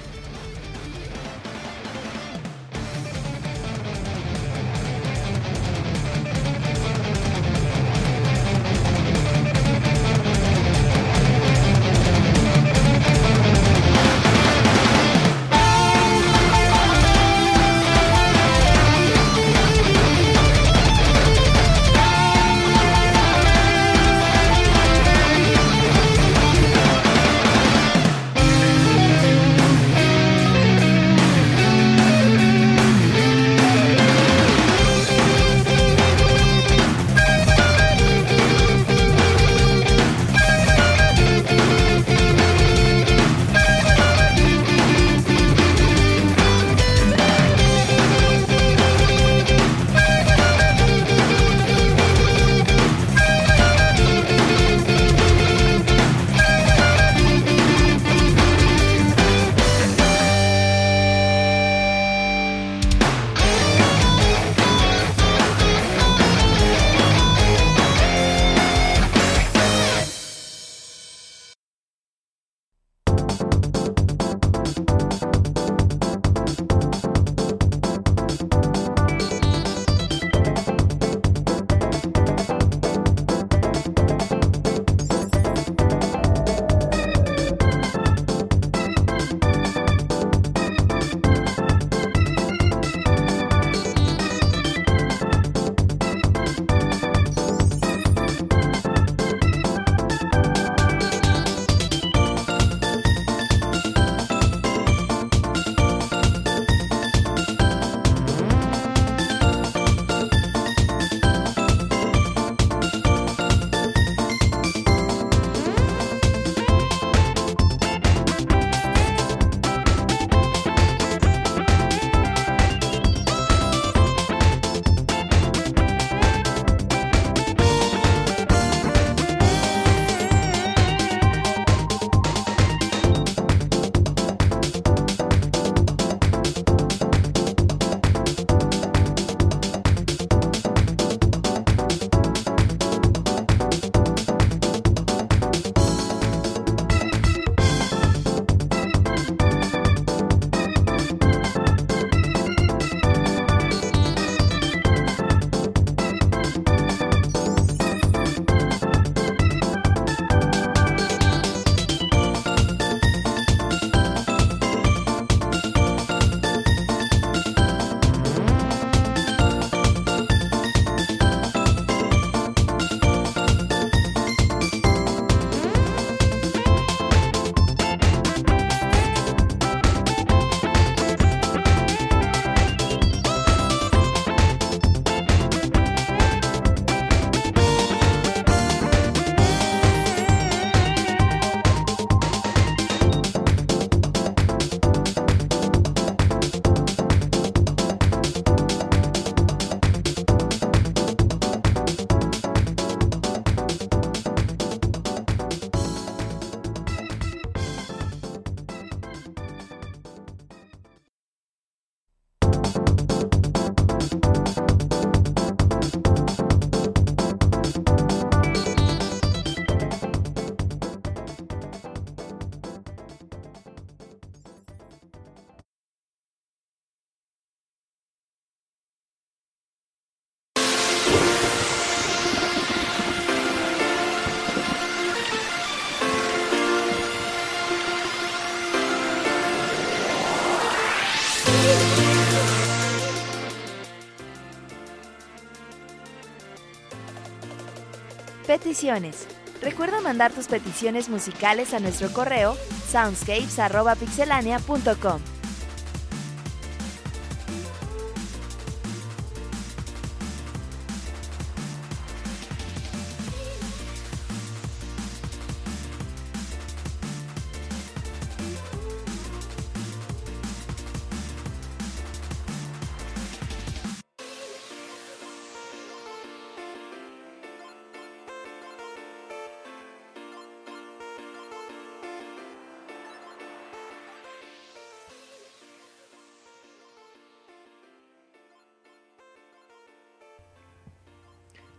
Peticiones. Recuerda mandar tus peticiones musicales a nuestro correo soundscapes arroba pixelania punto com.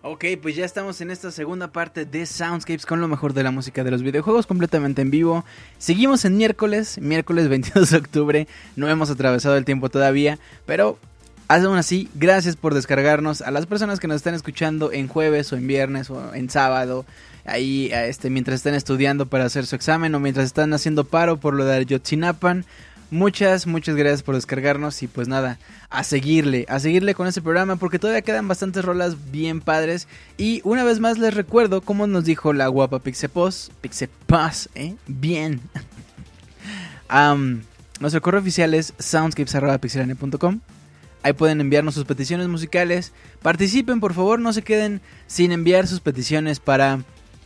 Ok, pues ya estamos en esta segunda parte de Soundscapes con lo mejor de la música de los videojuegos, completamente en vivo. Seguimos en miércoles, miércoles veintidós de octubre, no hemos atravesado el tiempo todavía, pero aún así, gracias por descargarnos. A las personas que nos están escuchando en jueves o en viernes o en sábado, ahí este, mientras están estudiando para hacer su examen o mientras están haciendo paro por lo de Ayotzinapa. Muchas, muchas gracias por descargarnos y pues nada, a seguirle, a seguirle con este programa porque todavía quedan bastantes rolas bien padres. Y una vez más les recuerdo, como nos dijo la guapa Pixepos, Pixepos, ¿eh? Bien. um, nuestro correo oficial es soundscapes arroba pixelania punto com. Ahí pueden enviarnos sus peticiones musicales. Participen, por favor, no se queden sin enviar sus peticiones para...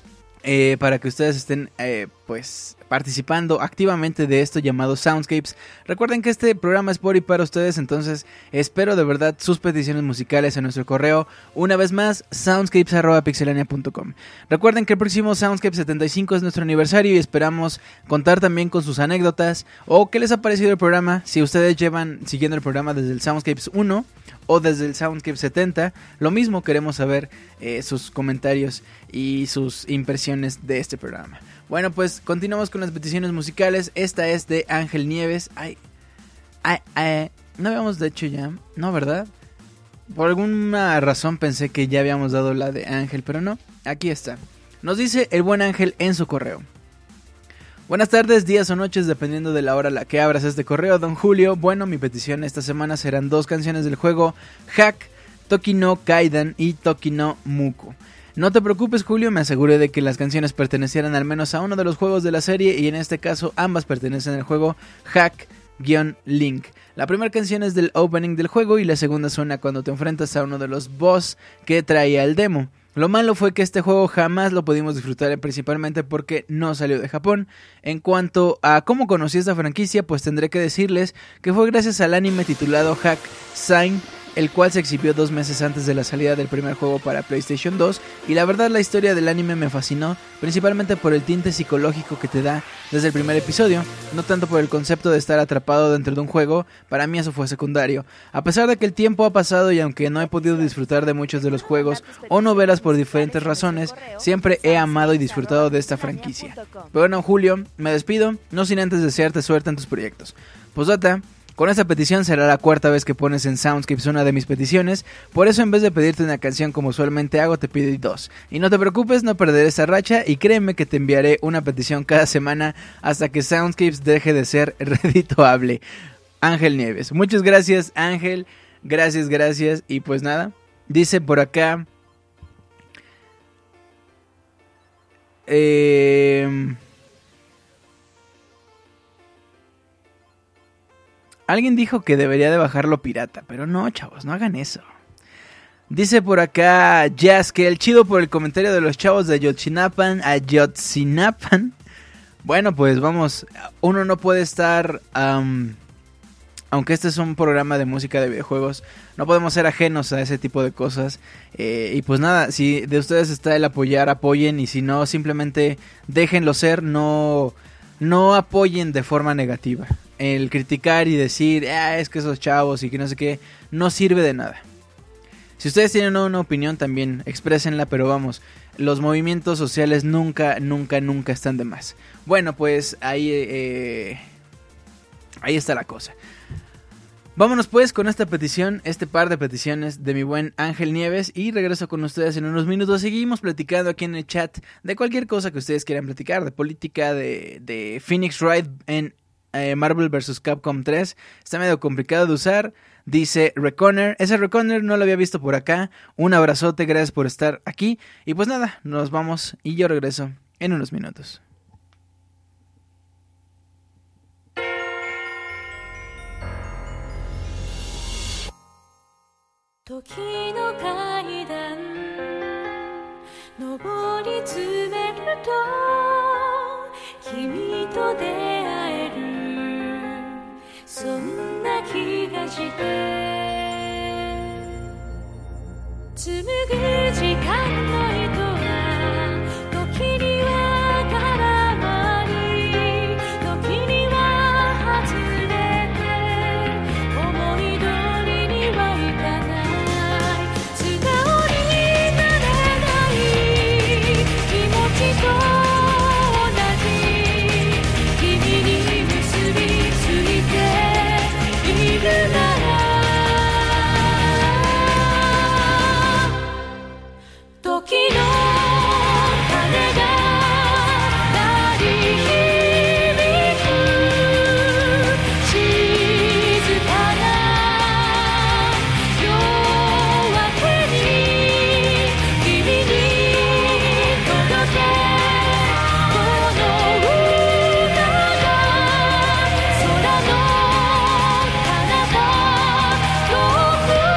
Eh, para que ustedes estén eh, pues participando activamente de esto llamado Soundscapes. Recuerden que este programa es por y para ustedes, entonces espero de verdad sus peticiones musicales en nuestro correo. Una vez más, soundscapes arroba pixelania punto com. Recuerden que el próximo Soundscape setenta y cinco es nuestro aniversario y esperamos contar también con sus anécdotas o qué les ha parecido el programa. Si ustedes llevan siguiendo el programa desde el Soundscapes uno o desde el Soundscape setenta, lo mismo, queremos saber eh, sus comentarios y sus impresiones de este programa. Bueno, pues continuamos con las peticiones musicales. Esta es de Ángel Nieves. Ay, ay, ay, no habíamos de hecho ya, ¿no, verdad? Por alguna razón pensé que ya habíamos dado la de Ángel, pero no, aquí está. Nos dice el buen Ángel en su correo. Buenas tardes, días o noches, dependiendo de la hora a la que abras este correo, don Julio. Bueno, mi petición esta semana serán dos canciones del juego Hack, Toki no Kaidan y Toki no Muko. No te preocupes, Julio, me aseguré de que las canciones pertenecieran al menos a uno de los juegos de la serie y en este caso ambas pertenecen al juego Hack-Link. La primera canción es del opening del juego y la segunda suena cuando te enfrentas a uno de los boss que traía el demo. Lo malo fue que este juego jamás lo pudimos disfrutar, principalmente porque no salió de Japón. En cuanto a cómo conocí esta franquicia, pues tendré que decirles que fue gracias al anime titulado Hack Sign, el cual se exhibió dos meses antes de la salida del primer juego para PlayStation dos, y la verdad la historia del anime me fascinó, principalmente por el tinte psicológico que te da desde el primer episodio, no tanto por el concepto de estar atrapado dentro de un juego. Para mí eso fue secundario. A pesar de que el tiempo ha pasado y aunque no he podido disfrutar de muchos de los juegos o novelas por diferentes razones, siempre he amado y disfrutado de esta franquicia. Pero bueno, Julio, me despido, no sin antes desearte suerte en tus proyectos. Postdata, con esta petición será la cuarta vez que pones en Soundscapes una de mis peticiones, por eso en vez de pedirte una canción como usualmente hago, te pido dos. Y no te preocupes, no perderé esa racha y créeme que te enviaré una petición cada semana hasta que Soundscapes deje de ser redituable. Ángel Nieves, muchas gracias Ángel, gracias, gracias, y pues nada, dice por acá... Eh... Alguien dijo que debería de bajarlo pirata, pero no, chavos, no hagan eso. Dice por acá Jazz que el chido por el comentario de los chavos de Ayotzinapa, Ayotzinapa. Bueno, pues vamos, uno no puede estar, um, aunque este es un programa de música de videojuegos, no podemos ser ajenos a ese tipo de cosas. Eh, y pues nada, si de ustedes está el apoyar, apoyen, y si no, simplemente déjenlo ser, no, no apoyen de forma negativa. El criticar y decir, ah, es que esos chavos y que no sé qué, no sirve de nada. Si ustedes tienen una opinión también, exprésenla, pero vamos, los movimientos sociales nunca, nunca, nunca están de más. Bueno, pues ahí, eh, ahí está la cosa. Vámonos pues con esta petición, este par de peticiones de mi buen Ángel Nieves, y regreso con ustedes en unos minutos. Seguimos platicando aquí en el chat de cualquier cosa que ustedes quieran platicar, de política, de, de Phoenix Wright en eh, Marvel versus. Capcom tres. Está medio complicado de usar, dice Reconner. Ese Reconner no lo había visto por acá. Un abrazote, gracias por estar aquí. Y pues nada, nos vamos y yo regreso en unos minutos. 時の階段上り詰めると君と出会えるそんな気がして紡ぐ時間の糸は時には絡まり時には外れて思い通りにはいかない素直になれ時の鐘が鳴り響く静かな夜明けに君に届けこの歌が空の彼方遠く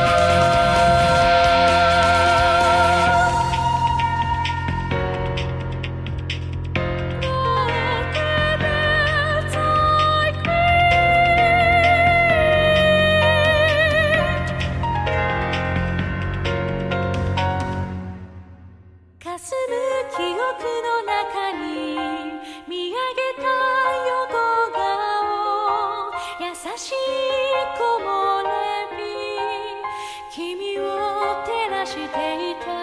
かすむ記憶の中に見上げた横顔優しい木漏れ日君を照らしていた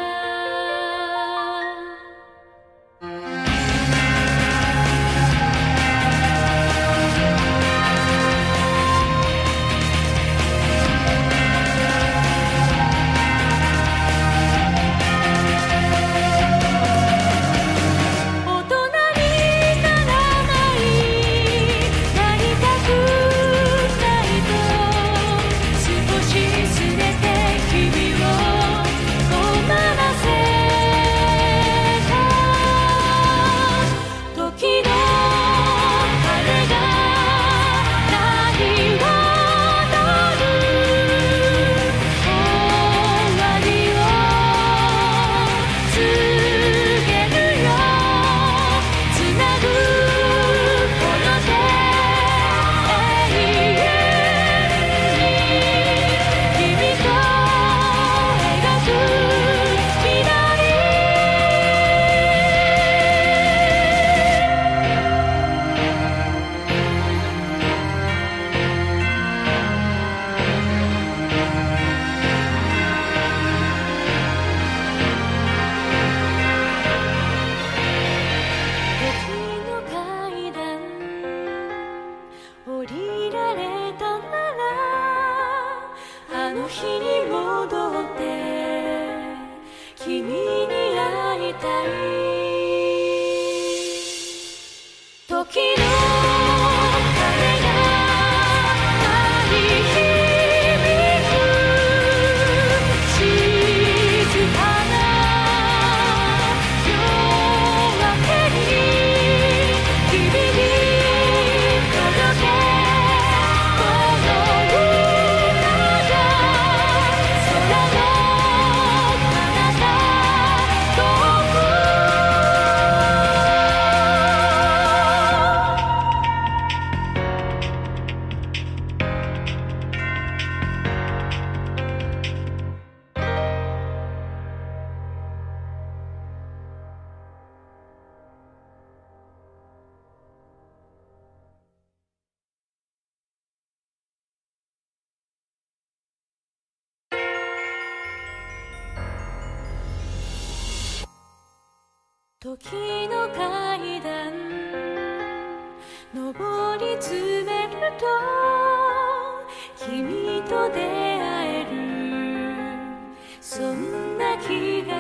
大人にならないなりたくないと少しすれて君を困らせた時の鐘が鳴り渡る終わりを告げるよつなぐこの手永遠に君と描く未来時の階段降りられたならあの日に戻って君に会いたい時の鐘が鳴り響く静かな夜明けに君に届けこの歌が空の彼方遠く時の階段上り詰めると君と出会えるそんな気が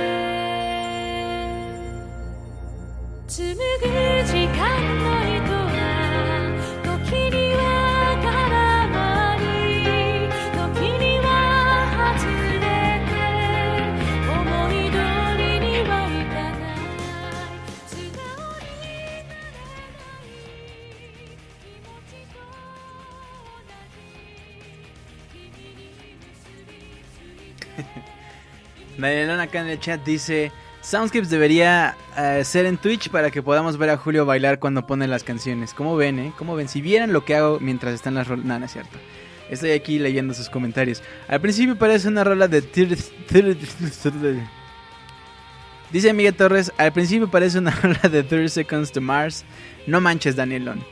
して紡ぐ時間の糸は時には絡まり時には外れて思い通りにはいかない素直になれない気持ちと同じ君に結びついて Marielón acá en el chat dice: Soundscapes debería uh, ser en Twitch para que podamos ver a Julio bailar cuando pone las canciones. ¿Cómo ven, eh? ¿Cómo ven? Si vieran lo que hago mientras están las rolas... No, no es cierto. Estoy aquí leyendo sus comentarios. Al principio parece una rola de... Dice Miguel Torres: al principio parece una rola de thirty Seconds to Mars. No manches, Danielón.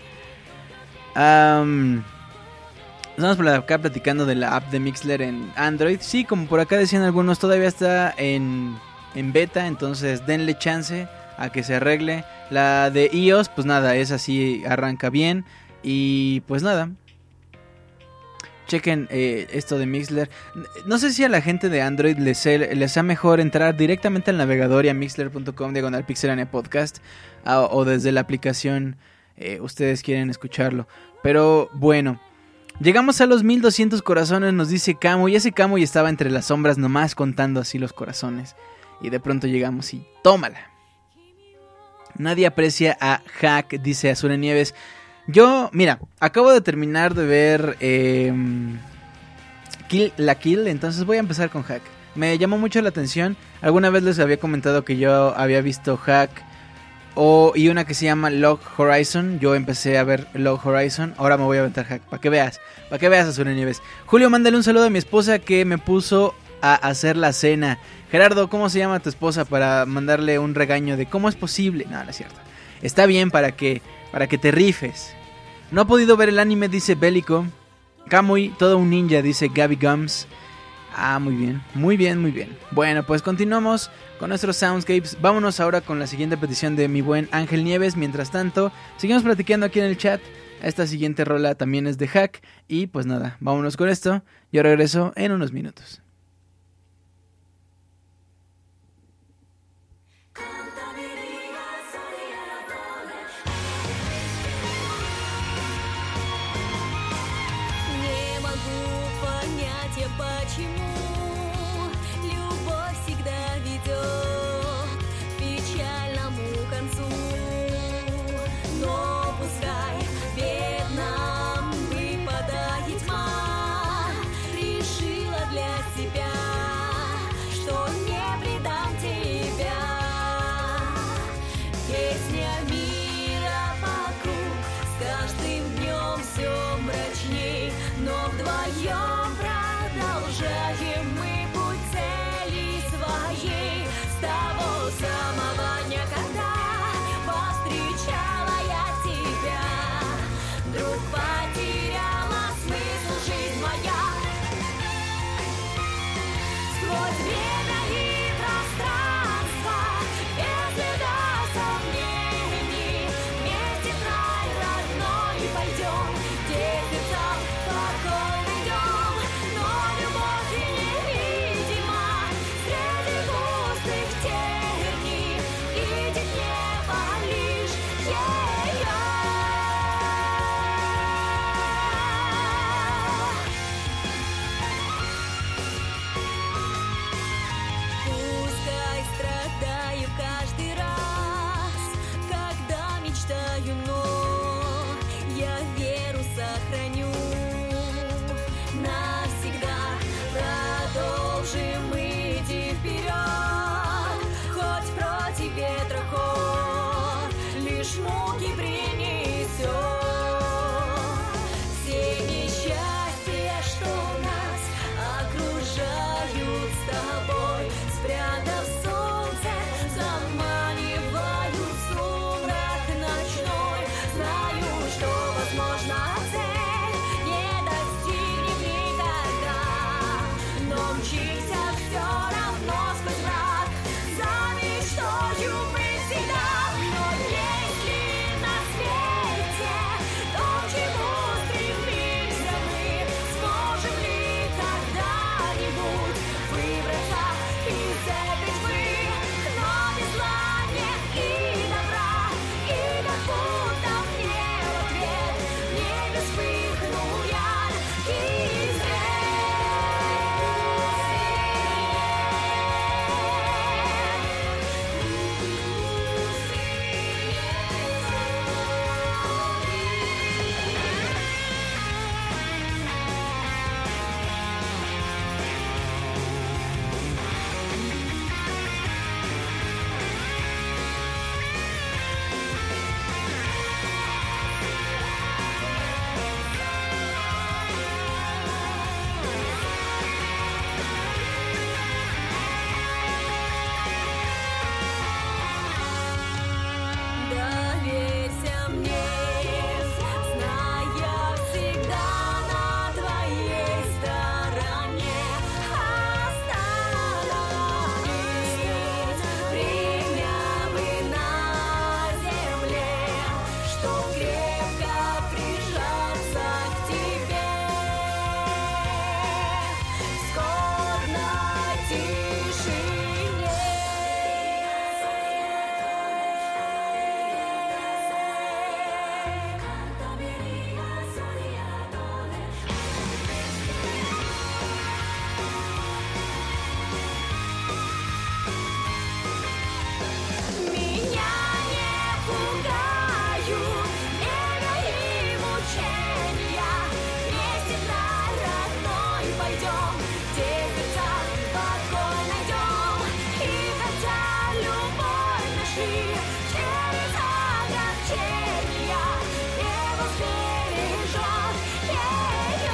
Um, Estamos por acá platicando de la app de Mixler en Android. Sí, como por acá decían algunos, todavía está en, en beta. Entonces denle chance a que se arregle. La de iOS, pues nada, es así, arranca bien. Y pues nada, chequen eh, esto de Mixler. No sé si a la gente de Android les, les sea mejor entrar directamente al navegador y a mixler punto com diagonal pixelania podcast, a, o desde la aplicación eh, ustedes quieren escucharlo. Pero bueno, llegamos a los mil doscientos corazones, nos dice Camu, y ese Camu ya estaba entre las sombras nomás contando así los corazones. Y de pronto llegamos y tómala. Nadie aprecia a Hack, dice Azure Nieves. Yo, mira, acabo de terminar de ver eh, Kill la Kill, entonces voy a empezar con Hack. Me llamó mucho la atención. Alguna vez les había comentado que yo había visto Hack o, y una que se llama Log Horizon. Yo empecé a ver Log Horizon, ahora me voy a aventar Hack, para que veas, para que veas Azure Nieves. Julio, mándale un saludo a mi esposa que me puso a hacer la cena. Gerardo, ¿cómo se llama tu esposa para mandarle un regaño de cómo es posible? No, no es cierto. Está bien para que, para que te rifes. No ha podido ver el anime, dice Bélico. Kamui, todo un ninja, dice Gaby Gums. Ah, muy bien, muy bien, muy bien. Bueno, pues continuamos con nuestros soundscapes. Vámonos ahora con la siguiente petición de mi buen Ángel Nieves. Mientras tanto, seguimos platicando aquí en el chat. Esta siguiente rola también es de Hack. Y pues nada, vámonos con esto. Yo regreso en unos minutos. Для себя через огорчения его сбережет ее.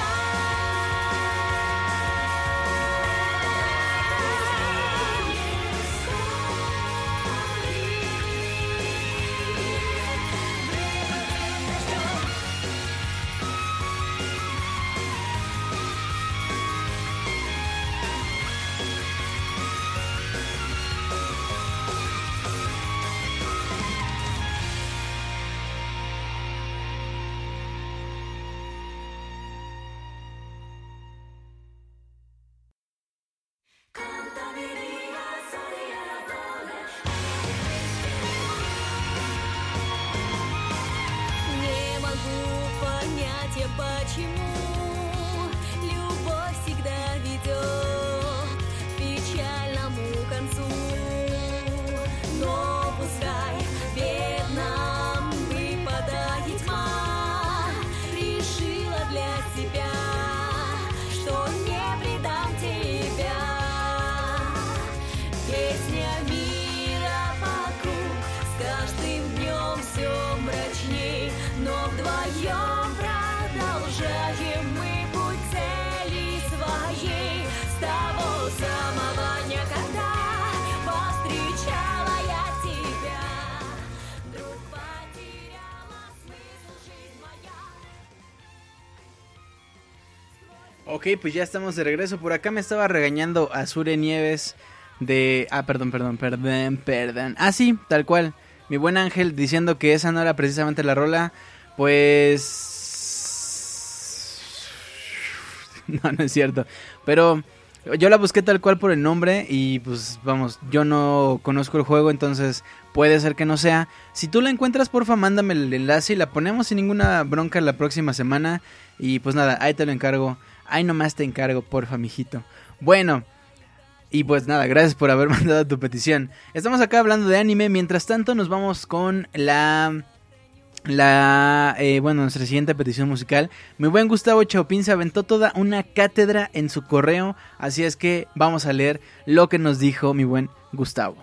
Не могу понять я, почему любовь всегда ведет к печальному концу. Но пускай бедным выпадает тьма, решила для себя, что не предам тебя. Песня мира вокруг с каждым днем все мрачней, но вдвоем продолжаем мы путь цели своей. С того самого дня, когда повстречала я тебя, вдруг потеряла смысл жизнь моя. Ok, pues ya estamos de regreso. Por acá me estaba regañando Azure Nieves de... Ah, perdón, perdón, perdón, perdón. Ah, sí, tal cual. Mi buen Ángel diciendo que esa no era precisamente la rola. Pues... No, no es cierto. Pero yo la busqué tal cual por el nombre y pues vamos, yo no conozco el juego, entonces puede ser que no sea. Si tú la encuentras, porfa, mándame el enlace y la ponemos sin ninguna bronca la próxima semana. Y pues nada, ahí te lo encargo. Ahí nomás te encargo, porfa, mijito. Bueno, y pues nada, gracias por haber mandado tu petición. Estamos acá hablando de anime. Mientras tanto nos vamos con la... La, eh, bueno, nuestra siguiente petición musical. Mi buen Gustavo Chaupín se aventó toda una cátedra en su correo. Así es que vamos a leer lo que nos dijo mi buen Gustavo.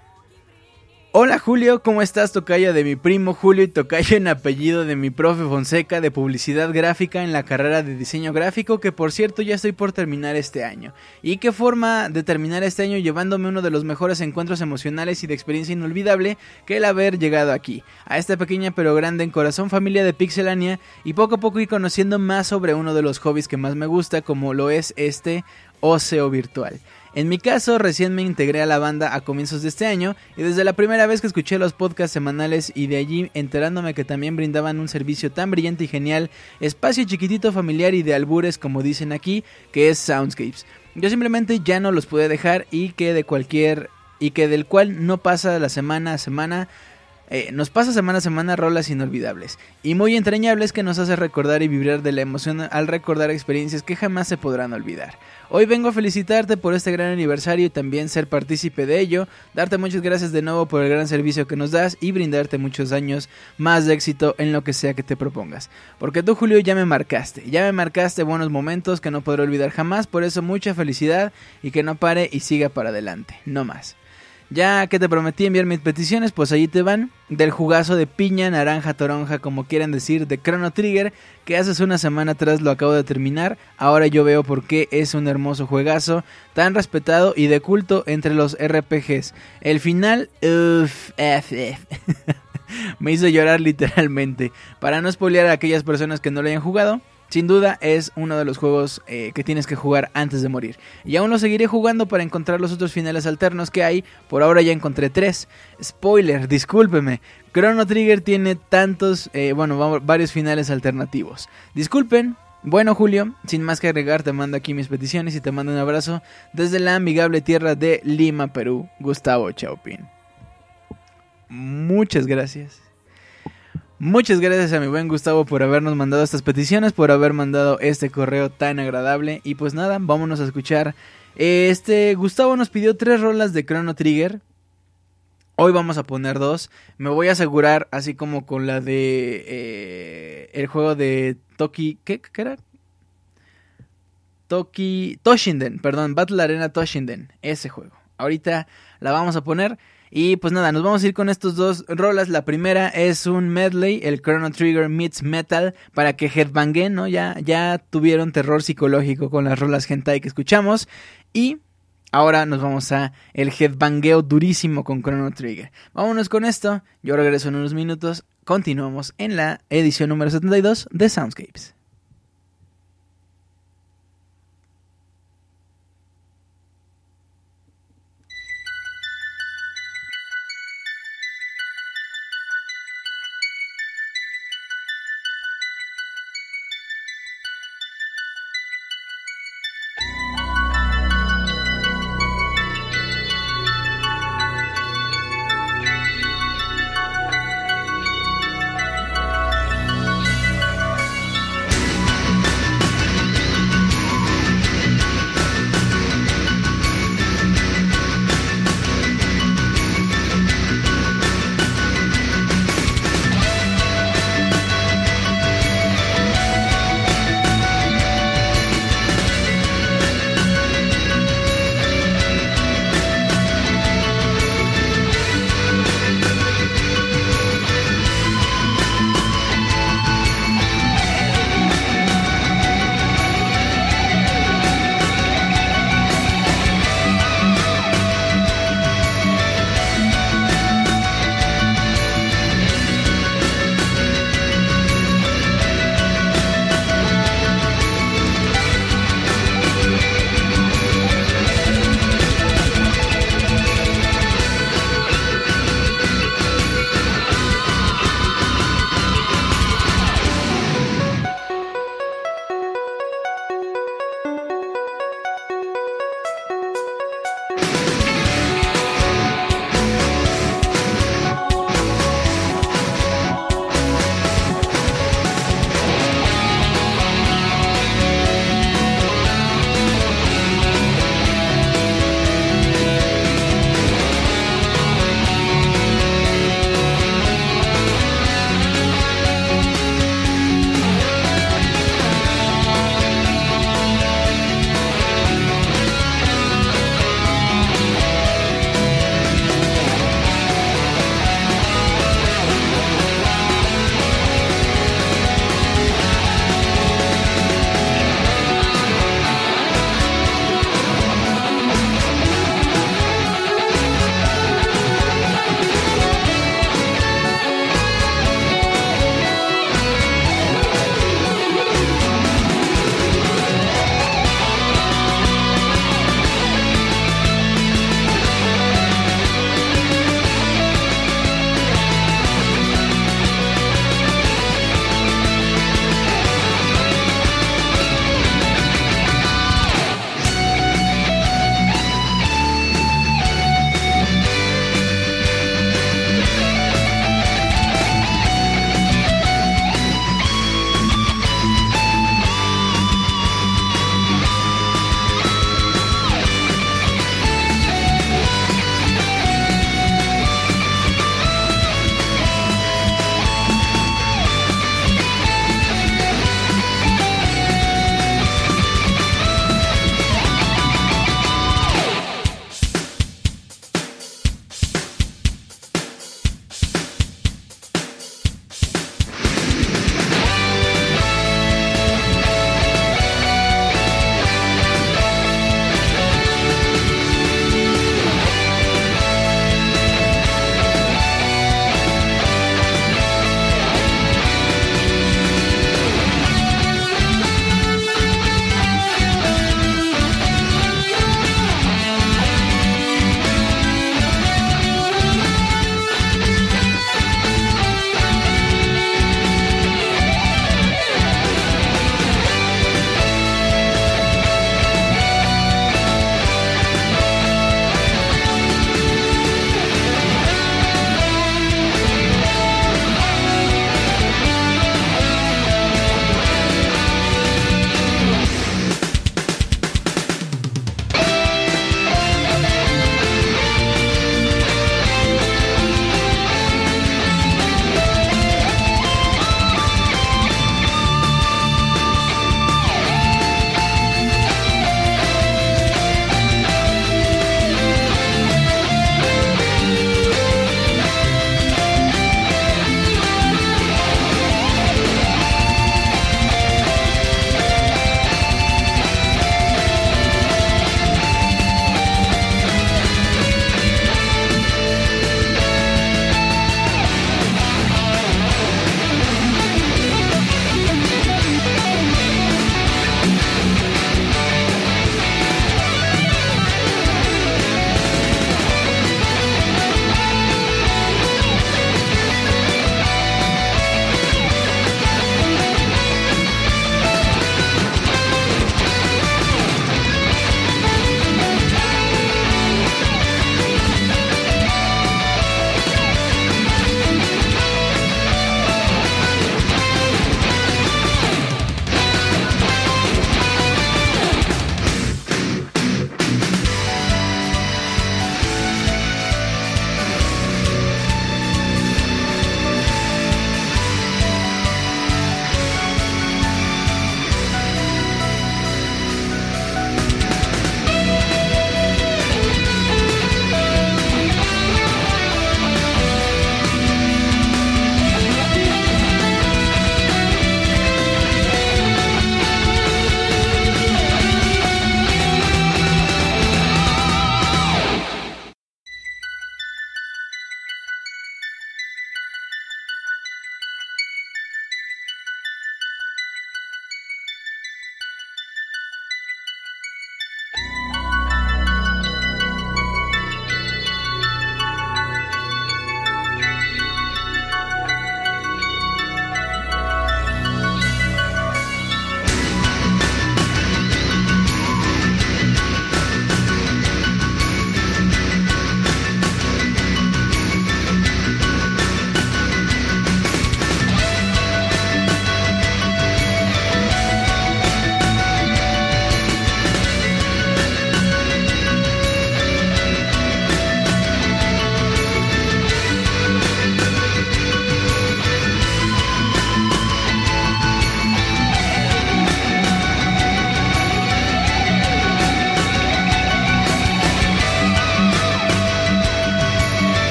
Hola Julio, ¿cómo estás? Tocayo de mi primo Julio y tocayo en apellido de mi profe Fonseca de publicidad gráfica en la carrera de diseño gráfico, que por cierto ya estoy por terminar este año. Y qué forma de terminar este año llevándome uno de los mejores encuentros emocionales y de experiencia inolvidable que el haber llegado aquí, a esta pequeña pero grande en corazón familia de Pixelania, y poco a poco ir conociendo más sobre uno de los hobbies que más me gusta, como lo es este ocio virtual. En mi caso, recién me integré a la banda a comienzos de este año y desde la primera vez que escuché los podcasts semanales y de allí enterándome que también brindaban un servicio tan brillante y genial, espacio chiquitito familiar y de albures como dicen aquí, que es Soundscapes. Yo simplemente ya no los pude dejar y que de cualquier y que del cual no pasa la semana a semana. Eh, nos pasa semana a semana rolas inolvidables y muy entrañables que nos hace recordar y vibrar de la emoción al recordar experiencias que jamás se podrán olvidar. Hoy vengo a felicitarte por este gran aniversario y también ser partícipe de ello, darte muchas gracias de nuevo por el gran servicio que nos das y brindarte muchos años más de éxito en lo que sea que te propongas. Porque tú, Julio, ya me marcaste, ya me marcaste buenos momentos que no podré olvidar jamás, por eso mucha felicidad y que no pare y siga para adelante, no más. Ya que te prometí enviar mis peticiones, pues allí te van. Del jugazo de piña, naranja, toronja, como quieran decir, de Chrono Trigger, que hace una semana atrás lo acabo de terminar. Ahora yo veo por qué es un hermoso juegazo, tan respetado y de culto entre los R P Gs. El final, uff, me hizo llorar literalmente. Para no spoilear a aquellas personas que no lo hayan jugado, sin duda es uno de los juegos eh, que tienes que jugar antes de morir. Y aún lo seguiré jugando para encontrar los otros finales alternos que hay. Por ahora ya encontré tres. Spoiler, discúlpeme. Chrono Trigger tiene tantos, eh, bueno, varios finales alternativos. Disculpen. Bueno, Julio, sin más que agregar, te mando aquí mis peticiones y te mando un abrazo desde la amigable tierra de Lima, Perú. Gustavo Chaupín. Muchas gracias. Muchas gracias a mi buen Gustavo por habernos mandado estas peticiones, por haber mandado este correo tan agradable. Y pues nada, vámonos a escuchar. Este Gustavo nos pidió tres rolas de Chrono Trigger. Hoy vamos a poner dos. Me voy a asegurar, así como con la de eh, el juego de Toki, ¿qué, qué era? Toki Toshinden, perdón, Battle Arena Toshinden, ese juego. Ahorita la vamos a poner. Y pues nada, nos vamos a ir con estos dos rolas. La primera es un medley, el Chrono Trigger meets Metal, para que headbanguen, ¿no? Ya, ya tuvieron terror psicológico con las rolas hentai que escuchamos. Y ahora nos vamos a el headbangueo durísimo con Chrono Trigger. Vámonos con esto, yo regreso en unos minutos. Continuamos en la edición número setenta y dos de Soundscapes. 「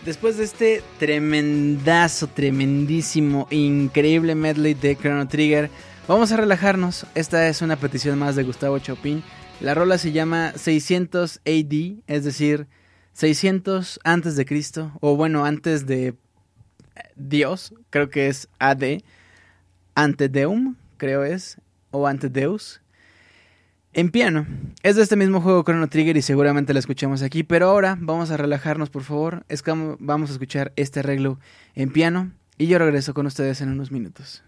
después de este tremendazo, tremendísimo, increíble medley de Chrono Trigger, vamos a relajarnos. Esta es una petición más de Gustavo Chopin. La rola se llama seiscientos A D, es decir, seiscientos antes de Cristo, o bueno, antes de Dios, creo que es A D, ante Deum, creo es, o ante Deus, en piano. Es de este mismo juego Chrono Trigger y seguramente la escuchamos aquí, pero ahora vamos a relajarnos, por favor. Es que vamos a escuchar este arreglo en piano y yo regreso con ustedes en unos minutos.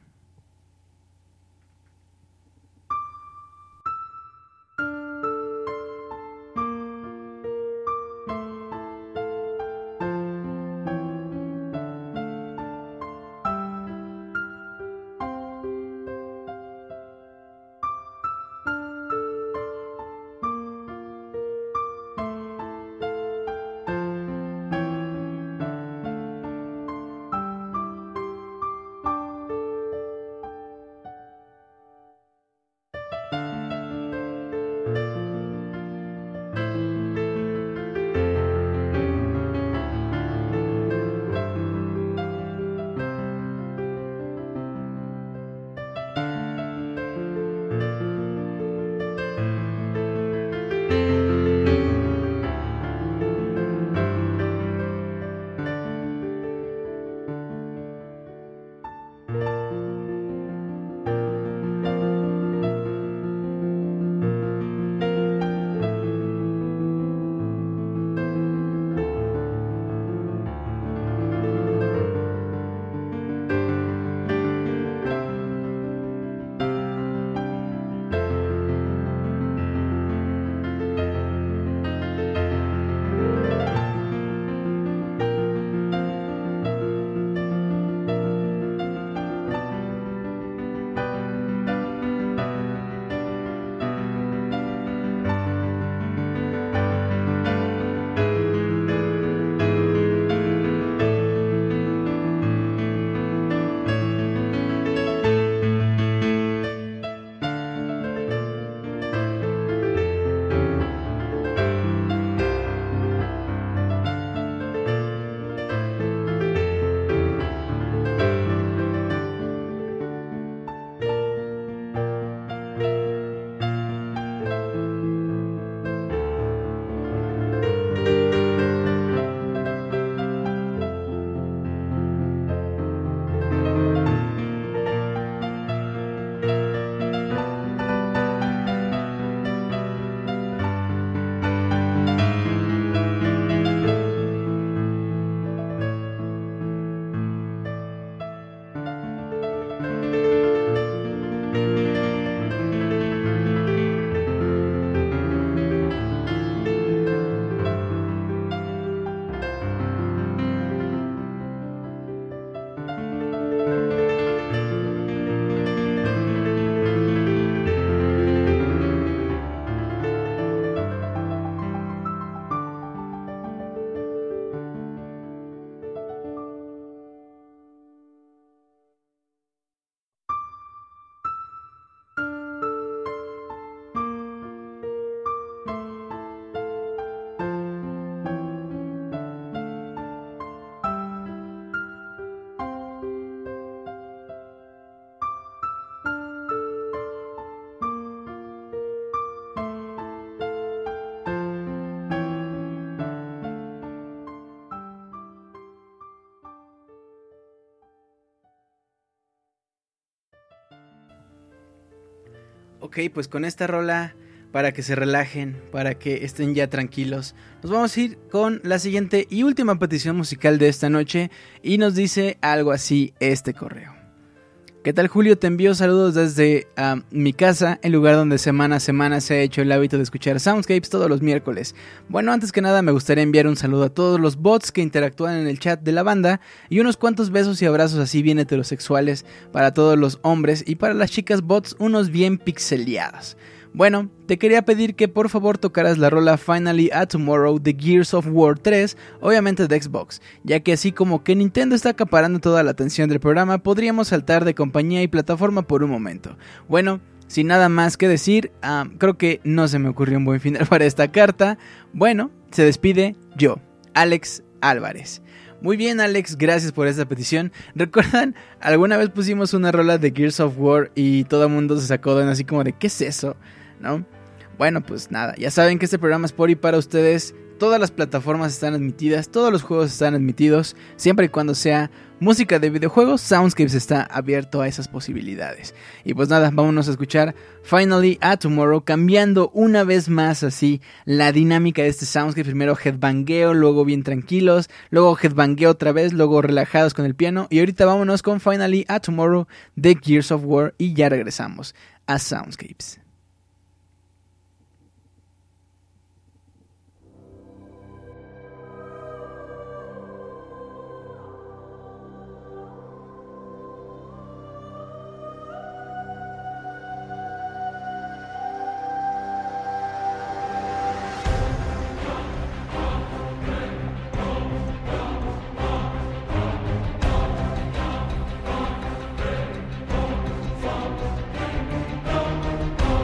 Ok, pues con esta rola, para que se relajen, para que estén ya tranquilos, nos vamos a ir con la siguiente y última petición musical de esta noche. Y nos dice algo así este correo. ¿Qué tal, Julio? Te envío saludos desde uh, mi casa, el lugar donde semana a semana se ha hecho el hábito de escuchar Soundscapes todos los miércoles. Bueno, antes que nada me gustaría enviar un saludo a todos los bots que interactúan en el chat de la banda y unos cuantos besos y abrazos así bien heterosexuales para todos los hombres y para las chicas bots unos bien pixeleados. Bueno, te quería pedir que por favor tocaras la rola Finally a Tomorrow de Gears of War tres, obviamente de Xbox, ya que así como que Nintendo está acaparando toda la atención del programa, podríamos saltar de compañía y plataforma por un momento. Bueno, sin nada más que decir, uh, creo que no se me ocurrió un buen final para esta carta. Bueno, se despide yo, Alex Álvarez. Muy bien, Alex, gracias por esta petición. ¿Recuerdan? Alguna vez pusimos una rola de Gears of War y todo el mundo se sacó de así como de ¿qué es eso? ¿No? Bueno, pues nada, ya saben que este programa es por y para ustedes. Todas las plataformas están admitidas, todos los juegos están admitidos, siempre y cuando sea música de videojuegos. Soundscapes está abierto a esas posibilidades. Y pues nada, vámonos a escuchar Finally a Tomorrow, cambiando una vez más así la dinámica de este Soundscape. Primero headbangueo, luego bien tranquilos, luego headbangueo otra vez, luego relajados con el piano. Y ahorita vámonos con Finally a Tomorrow de Gears of War y ya regresamos a Soundscapes. 「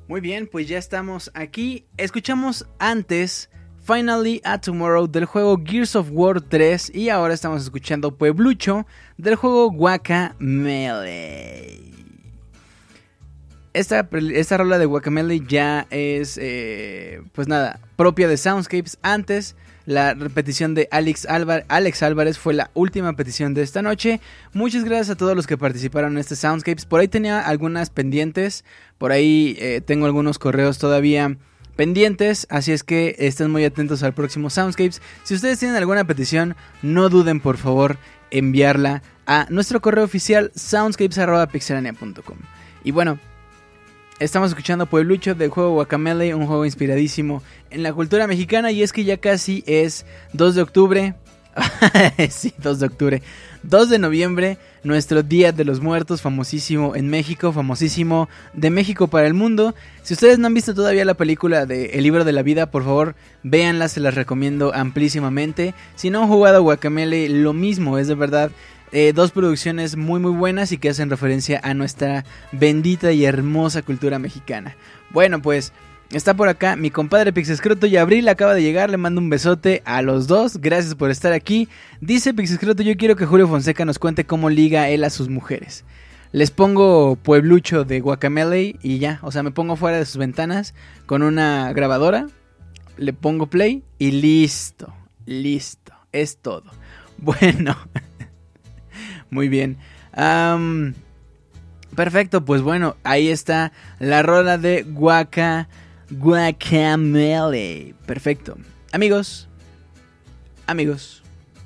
Muy bien, pues ya estamos aquí. Escuchamos antes Finally a Tomorrow del juego Gears of War tres y ahora estamos escuchando Pueblucho del juego Guacamelee. Esta, esta rola de Guacamelee ya es, eh, pues nada, propia de Soundscapes. Antes, la repetición de Alex, Álvar- Alex Álvarez fue la última petición de esta noche. Muchas gracias a todos los que participaron en este Soundscapes. Por ahí tenía algunas pendientes, por ahí eh, tengo algunos correos todavía pendientes, así es que estén muy atentos al próximo Soundscapes. Si ustedes tienen alguna petición, no duden por favor enviarla a nuestro correo oficial soundscapes arroba pixelania punto com. Y bueno, estamos escuchando Pueblucho del juego Guacamelee, un juego inspiradísimo en la cultura mexicana, y es que ya casi es dos de octubre. Sí, dos de octubre. dos de noviembre, nuestro Día de los Muertos, famosísimo en México, famosísimo de México para el mundo. Si ustedes no han visto todavía la película de El Libro de la Vida, por favor, véanla, se las recomiendo amplísimamente. Si no han jugado Guacamelee, lo mismo, es de verdad eh, dos producciones muy muy buenas y que hacen referencia a nuestra bendita y hermosa cultura mexicana. Bueno, pues está por acá mi compadre Pixescroto y Abril acaba de llegar, le mando un besote a los dos, gracias por estar aquí. Dice Pixescroto, yo quiero que Julio Fonseca nos cuente cómo liga él a sus mujeres. Les pongo Pueblucho de Guacamelee y ya, o sea, me pongo fuera de sus ventanas con una grabadora, le pongo play y listo, listo, es todo. Bueno, muy bien. Um, perfecto, pues bueno, ahí está la rola de Guaca... Guacamelee. Perfecto. Amigos. Amigos.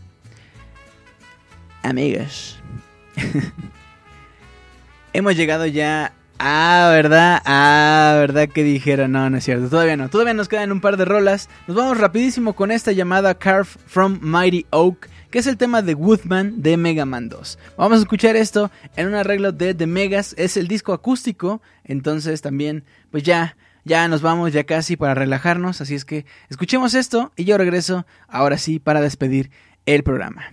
Amigas. Hemos llegado ya a, ¿verdad? A, ¿verdad? Que dijeron. No, no es cierto. Todavía no. Todavía nos quedan un par de rolas. Nos vamos rapidísimo con esta llamada Carve from Mighty Oak, que es el tema de Woodman de Mega Man dos. Vamos a escuchar esto en un arreglo de The Megas. Es el disco acústico. Entonces también, pues ya... Ya nos vamos, ya casi para relajarnos, así es que escuchemos esto y yo regreso ahora sí para despedir el programa.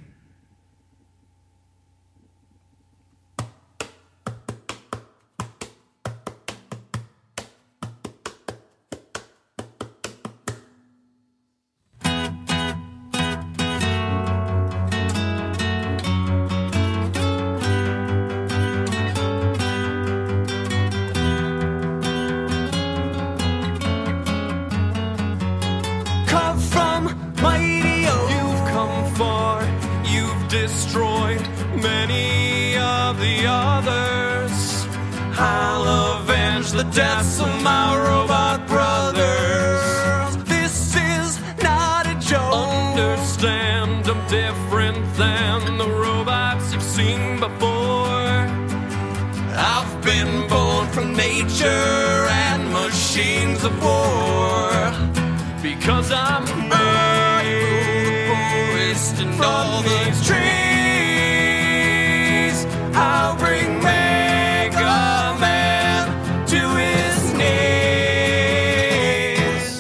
Destroyed many of the others. I'll avenge the deaths of my robot brothers. This is not a joke. Understand, I'm different than the robots you've seen before. I've been born from nature and machines of war. Because I'm and all these trees, I'll bring Mega Man to his knees.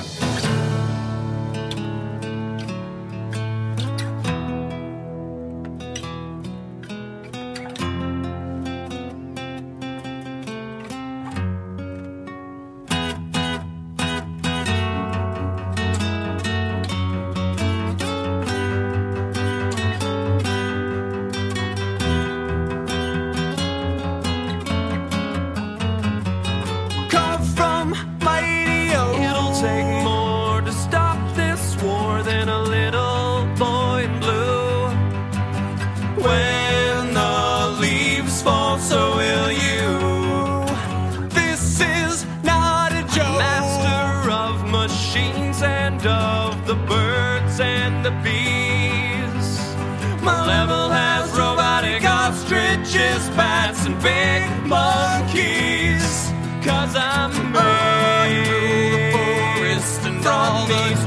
Bats and big monkeys, 'cause I'm made the forest and all these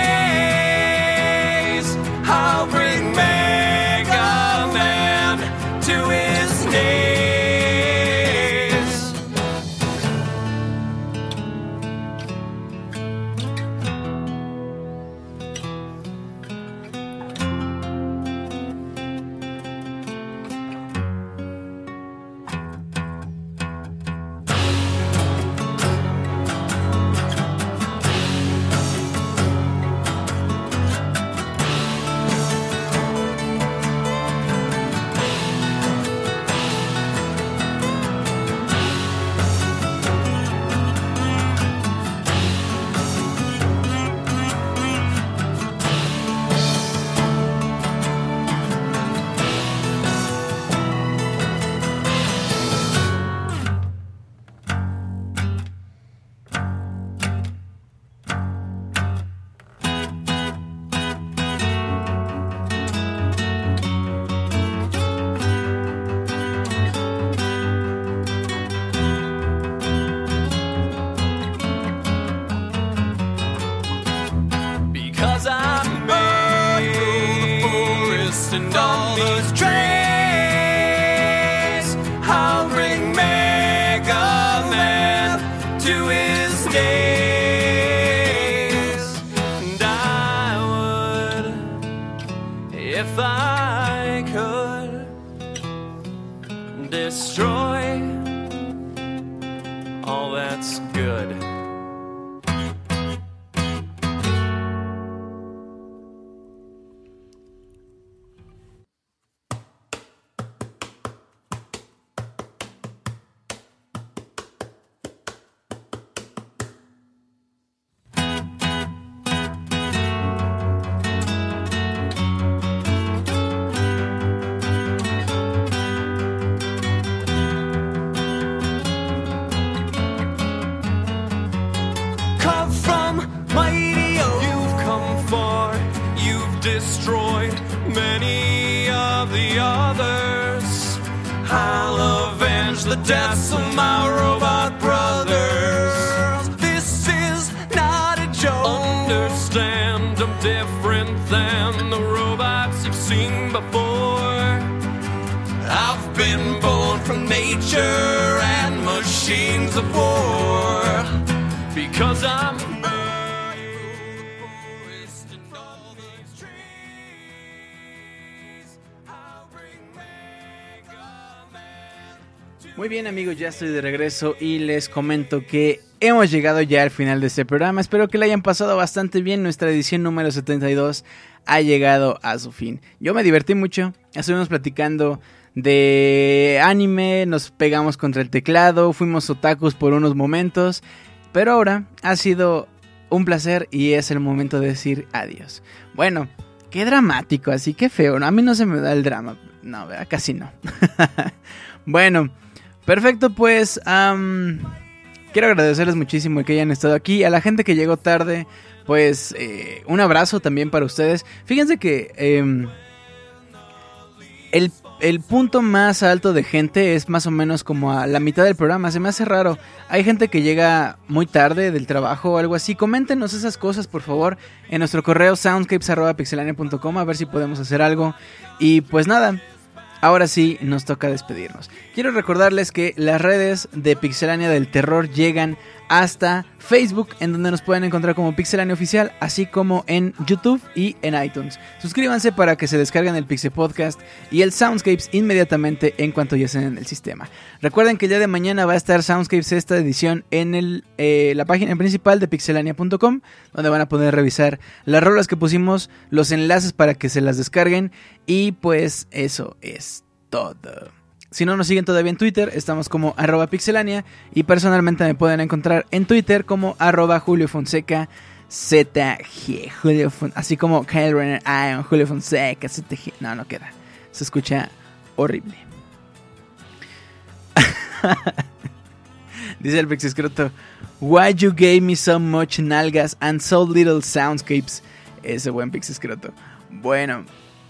trees. I'll bring Mega Man to his knees. all that's good. Destroyed many of the others. I'll avenge the deaths of my robot brothers. This is not a joke. Understand, I'm different than the robots you've seen before. I've been born from nature and machines of war. Because I'm Muy bien, amigos, ya estoy de regreso y les comento que hemos llegado ya al final de este programa. Espero que le hayan pasado bastante bien. Nuestra edición número setenta y dos ha llegado a su fin. Yo me divertí mucho. Estuvimos platicando de anime, nos pegamos contra el teclado, fuimos otakus por unos momentos. Pero ahora ha sido un placer y es el momento de decir adiós. Bueno, qué dramático, así que feo, ¿no? A mí no se me da el drama. No, ¿verdad? Casi no. Bueno, perfecto, pues um, quiero agradecerles muchísimo que hayan estado aquí. A la gente que llegó tarde, pues eh, un abrazo también para ustedes. Fíjense que eh, el, el punto más alto de gente es más o menos como a la mitad del programa. Se me hace raro. Hay gente que llega muy tarde del trabajo o algo así. Coméntenos esas cosas, por favor, en nuestro correo soundscapes arroba pixelania punto com, a ver si podemos hacer algo. Y pues nada, ahora sí nos toca despedirnos. Quiero recordarles que las redes de Pixelania del Terror llegan hasta Facebook, en donde nos pueden encontrar como Pixelania Oficial, así como en YouTube y en iTunes. Suscríbanse para que se descarguen el Pixel Podcast y el Soundscapes inmediatamente en cuanto ya estén en el sistema. Recuerden que el día de mañana va a estar Soundscapes esta edición en el, eh, la página principal de pixelania punto com, donde van a poder revisar las rolas que pusimos, los enlaces para que se las descarguen, y pues eso es todo. Si no nos siguen todavía en Twitter, estamos como arroba pixelania, y personalmente me pueden encontrar en Twitter como arroba Julio Fonseca Z G, Julio Fon- así como Kyle Renner, Ion, Julio Fonseca Z G. No, no queda, se escucha horrible. Dice el Pixescroto: Why you gave me so much nalgas and so little soundscapes. Ese buen Pixescroto. Bueno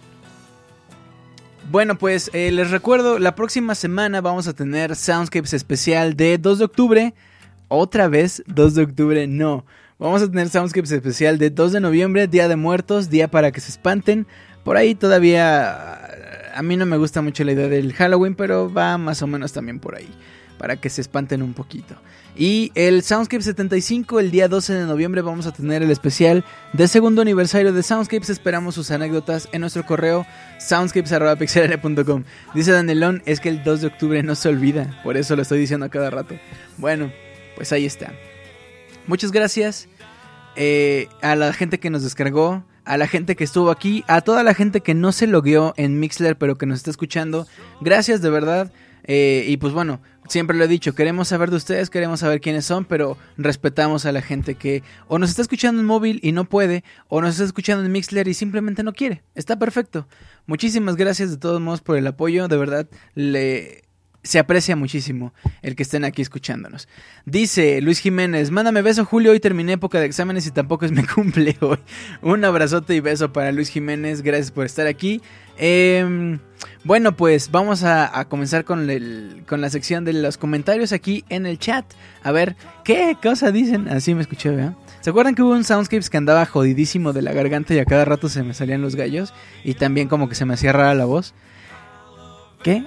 Bueno, pues eh, les recuerdo, la próxima semana vamos a tener Soundscapes especial de dos de octubre. Otra vez, dos de octubre, no. Vamos a tener Soundscapes especial de dos de noviembre, Día de Muertos, día para que se espanten. Por ahí todavía, a mí no me gusta mucho la idea del Halloween, pero va más o menos también por ahí, para que se espanten un poquito. Y el Soundscape setenta y cinco, el día doce de noviembre, vamos a tener el especial de segundo aniversario de Soundscapes. Esperamos sus anécdotas en nuestro correo soundscapes arroba pixelania punto com. Dice Danielón, es que el dos de octubre no se olvida, por eso lo estoy diciendo a cada rato. Bueno, pues ahí está. Muchas gracias eh, a la gente que nos descargó, a la gente que estuvo aquí, a toda la gente que no se logueó en Mixler pero que nos está escuchando. Gracias de verdad. Eh, y pues bueno, siempre lo he dicho, queremos saber de ustedes, queremos saber quiénes son, pero respetamos a la gente que o nos está escuchando en móvil y no puede, o nos está escuchando en Mixler y simplemente no quiere. Está perfecto. Muchísimas gracias de todos modos por el apoyo, de verdad le... se aprecia muchísimo el que estén aquí escuchándonos. Dice Luis Jiménez: mándame beso, Julio, hoy terminé época de exámenes y tampoco es mi cumple hoy. Un abrazote y beso para Luis Jiménez, gracias por estar aquí. Eh, bueno, pues vamos a, a comenzar con, el, con la sección de los comentarios aquí en el chat. A ver, ¿qué cosa dicen? Así me escuché, ¿verdad? ¿Se acuerdan que hubo un Soundscapes que andaba jodidísimo de la garganta y a cada rato se me salían los gallos? Y también como que se me hacía rara la voz. ¿Qué?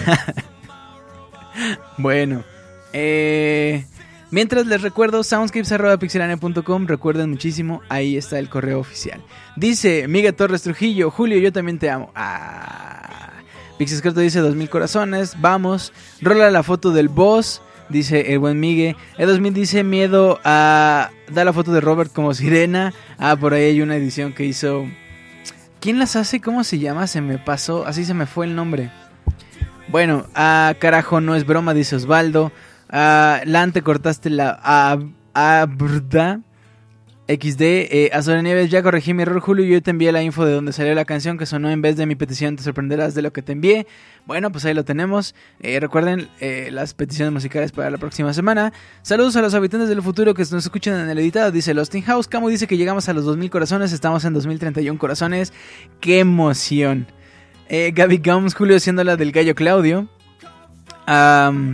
Bueno, eh, mientras les recuerdo soundscapes arroba pixelania punto com, recuerden muchísimo, ahí está el correo oficial. Dice Miguel Torres Trujillo: Julio, yo también te amo. Ah, Pixescroto dice dos mil corazones, vamos. Rola la foto del boss dice el buen Migue. E dos mil dice miedo a... Da la foto de Robert como sirena. Ah, por ahí hay una edición que hizo... ¿Quién las hace? ¿Cómo se llama? Se me pasó, así se me fue el nombre. Bueno, ah, carajo, no es broma, dice Osvaldo. Ah, Lante, cortaste la... Ah, ah, brda. equis de, eh, Azure Nieves, ya corregí mi error, Julio, yo te envié la info de donde salió la canción que sonó en vez de mi petición, te sorprenderás de lo que te envié. Bueno, pues ahí lo tenemos. Eh, recuerden eh, las peticiones musicales para la próxima semana. Saludos a los habitantes del futuro que nos escuchan en el editado, dice Lost in House. Camu dice que llegamos a los dos mil corazones, estamos en dos mil treinta y uno corazones. ¡Qué emoción! Eh, Gaby Gums, Julio haciendo la del gallo Claudio. Um,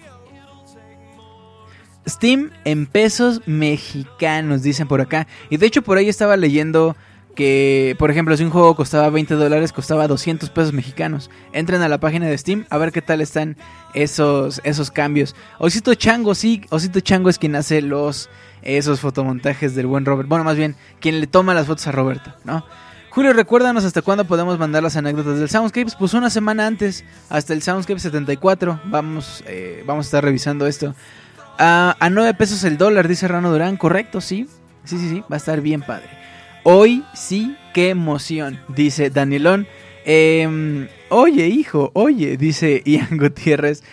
Steam en pesos mexicanos, dicen por acá. Y de hecho por ahí estaba leyendo que, por ejemplo, si un juego costaba veinte dólares, costaba doscientos pesos mexicanos. Entren a la página de Steam a ver qué tal están esos, esos cambios. Osito Chango, sí, Osito Chango es quien hace los esos fotomontajes del buen Robert. Bueno, más bien, quien le toma las fotos a Roberto, ¿no? Julio, recuérdanos hasta cuándo podemos mandar las anécdotas del Soundscapes. Pues una semana antes, hasta el Soundscape setenta y cuatro. Vamos, eh, vamos a estar revisando esto. Uh, a nueve pesos el dólar, dice Rano Durán. Correcto, sí. Sí, sí, sí. Va a estar bien padre. Hoy sí, qué emoción, dice Danielón. Eh, oye, hijo, oye, dice Ian Gutiérrez.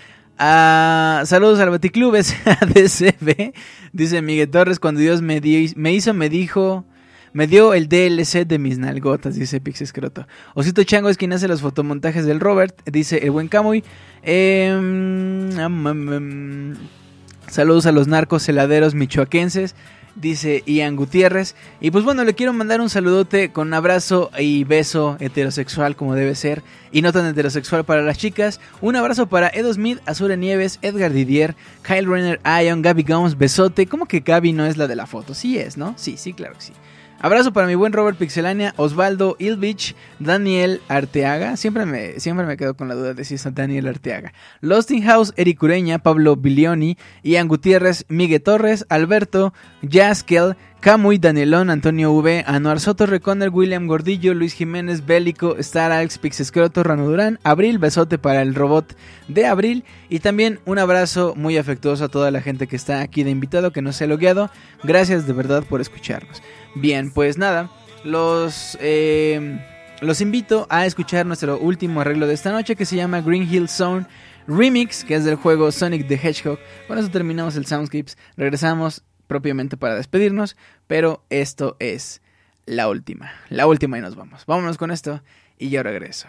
Uh, saludos al Baticlub, S A D C B. Dice Miguel Torres, cuando Dios me, di, me hizo, me dijo... Me dio el D L C de mis nalgotas, dice Pixescroto. Osito Chango es quien hace los fotomontajes del Robert, dice el buen Camuy. Eh, um, um, um, saludos a los narcos heladeros michoaquenses, dice Ian Gutiérrez. Y pues bueno, le quiero mandar un saludote con un abrazo y beso heterosexual como debe ser, y no tan heterosexual para las chicas. Un abrazo para Edo Smith, Azure Nieves, Edgar Didier, Kyle Renner, Ion, Gaby Gomes, besote. ¿Cómo que Gaby no es la de la foto? Sí es, ¿no? Sí, sí, claro que sí. Abrazo para mi buen Robert Pixelania, Osvaldo Ilvich, Daniel Arteaga. Siempre me, siempre me quedo con la duda de si es Daniel Arteaga. Lost in House, Eric Ureña, Pablo Bilioni, Ian Gutiérrez, Miguel Torres, Alberto, Jaskel, Camuy, Danielón, Antonio V, Anuar Soto, Reconder, William Gordillo, Luis Jiménez, Bélico, Star Alex, Pixescroto, Rano Durán, Abril, besote para el robot de Abril. Y también un abrazo muy afectuoso a toda la gente que está aquí de invitado, que no se ha logueado. Gracias de verdad por escucharnos. Bien, pues nada, los, eh, los invito a escuchar nuestro último arreglo de esta noche, que se llama Green Hill Zone Remix, que es del juego Sonic the Hedgehog. Con eso terminamos el Soundscapes, regresamos propiamente para despedirnos, pero esto es la última, la última y nos vamos. Vámonos con esto y yo regreso.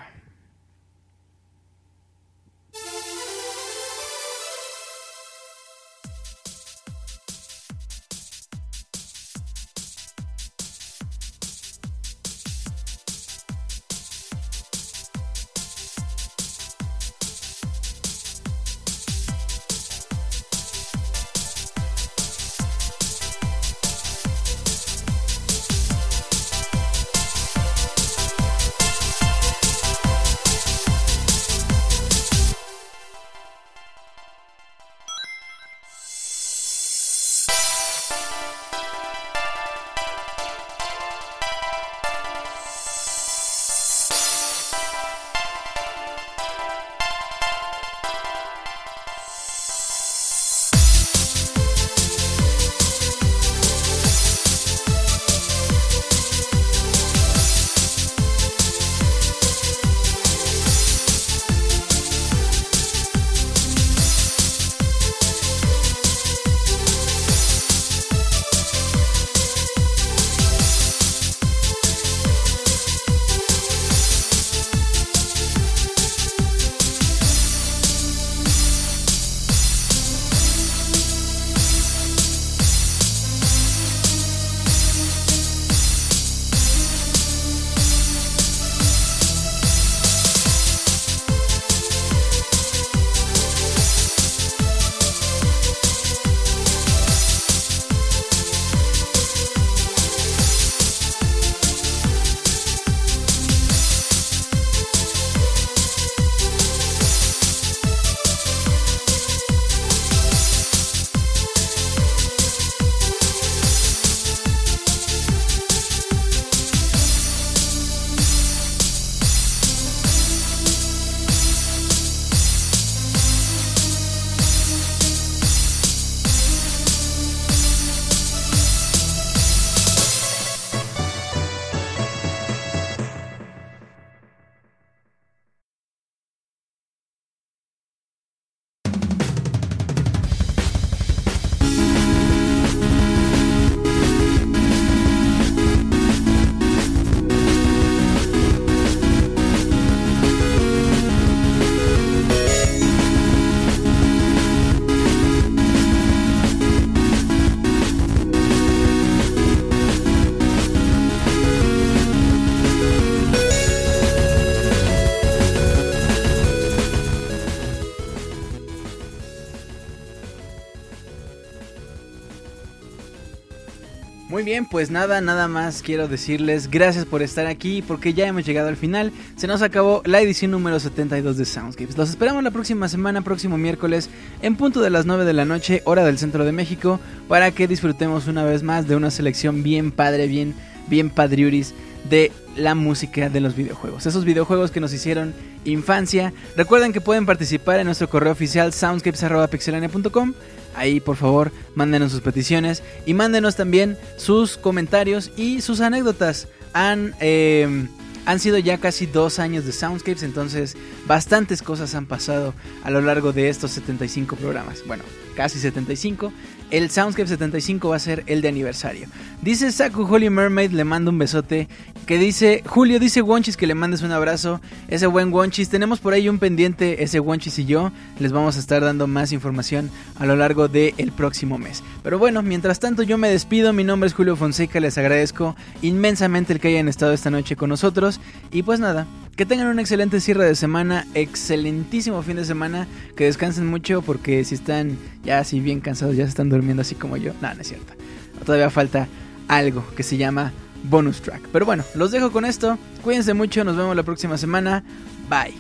Muy bien, pues nada, nada más quiero decirles gracias por estar aquí, porque ya hemos llegado al final. Se nos acabó la edición número setenta y dos de Soundscapes. Los esperamos la próxima semana, próximo miércoles, en punto de las nueve de la noche, hora del centro de México, para que disfrutemos una vez más de una selección bien padre, bien, bien padriuris de la música de los videojuegos. Esos videojuegos que nos hicieron infancia. Recuerden que pueden participar en nuestro correo oficial soundscapes arroba pixelania punto com. Ahí por favor mándenos sus peticiones y mándenos también sus comentarios y sus anécdotas. Han, eh, han sido ya casi dos años de Soundscapes, entonces bastantes cosas han pasado a lo largo de estos setenta y cinco programas. Bueno, casi setenta y cinco. El Soundscape setenta y cinco va a ser el de aniversario. Dice Saku Holy Mermaid, le mando un besote. Que dice, Julio, dice Wonchis que le mandes un abrazo. Ese buen Wonchis, tenemos por ahí un pendiente, ese Wonchis y yo. Les vamos a estar dando más información a lo largo del próximo mes. Pero bueno, mientras tanto yo me despido. Mi nombre es Julio Fonseca, les agradezco inmensamente el que hayan estado esta noche con nosotros. Y pues nada, que tengan un excelente cierre de semana, excelentísimo fin de semana, que descansen mucho porque si están ya así bien cansados, ya se están durmiendo así como yo. No, no es cierto. Todavía falta algo que se llama bonus track. Pero bueno, los dejo con esto. Cuídense mucho, nos vemos la próxima semana. Bye.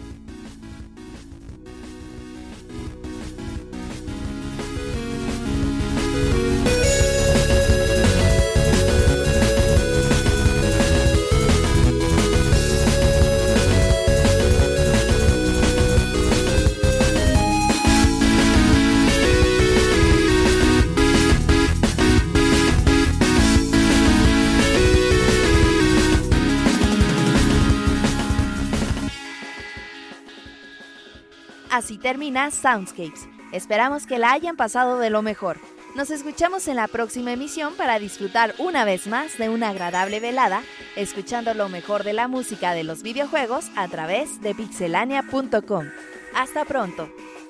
Así termina Soundscapes. Esperamos que la hayan pasado de lo mejor. Nos escuchamos en la próxima emisión para disfrutar una vez más de una agradable velada, escuchando lo mejor de la música de los videojuegos a través de pixelania punto com. Hasta pronto.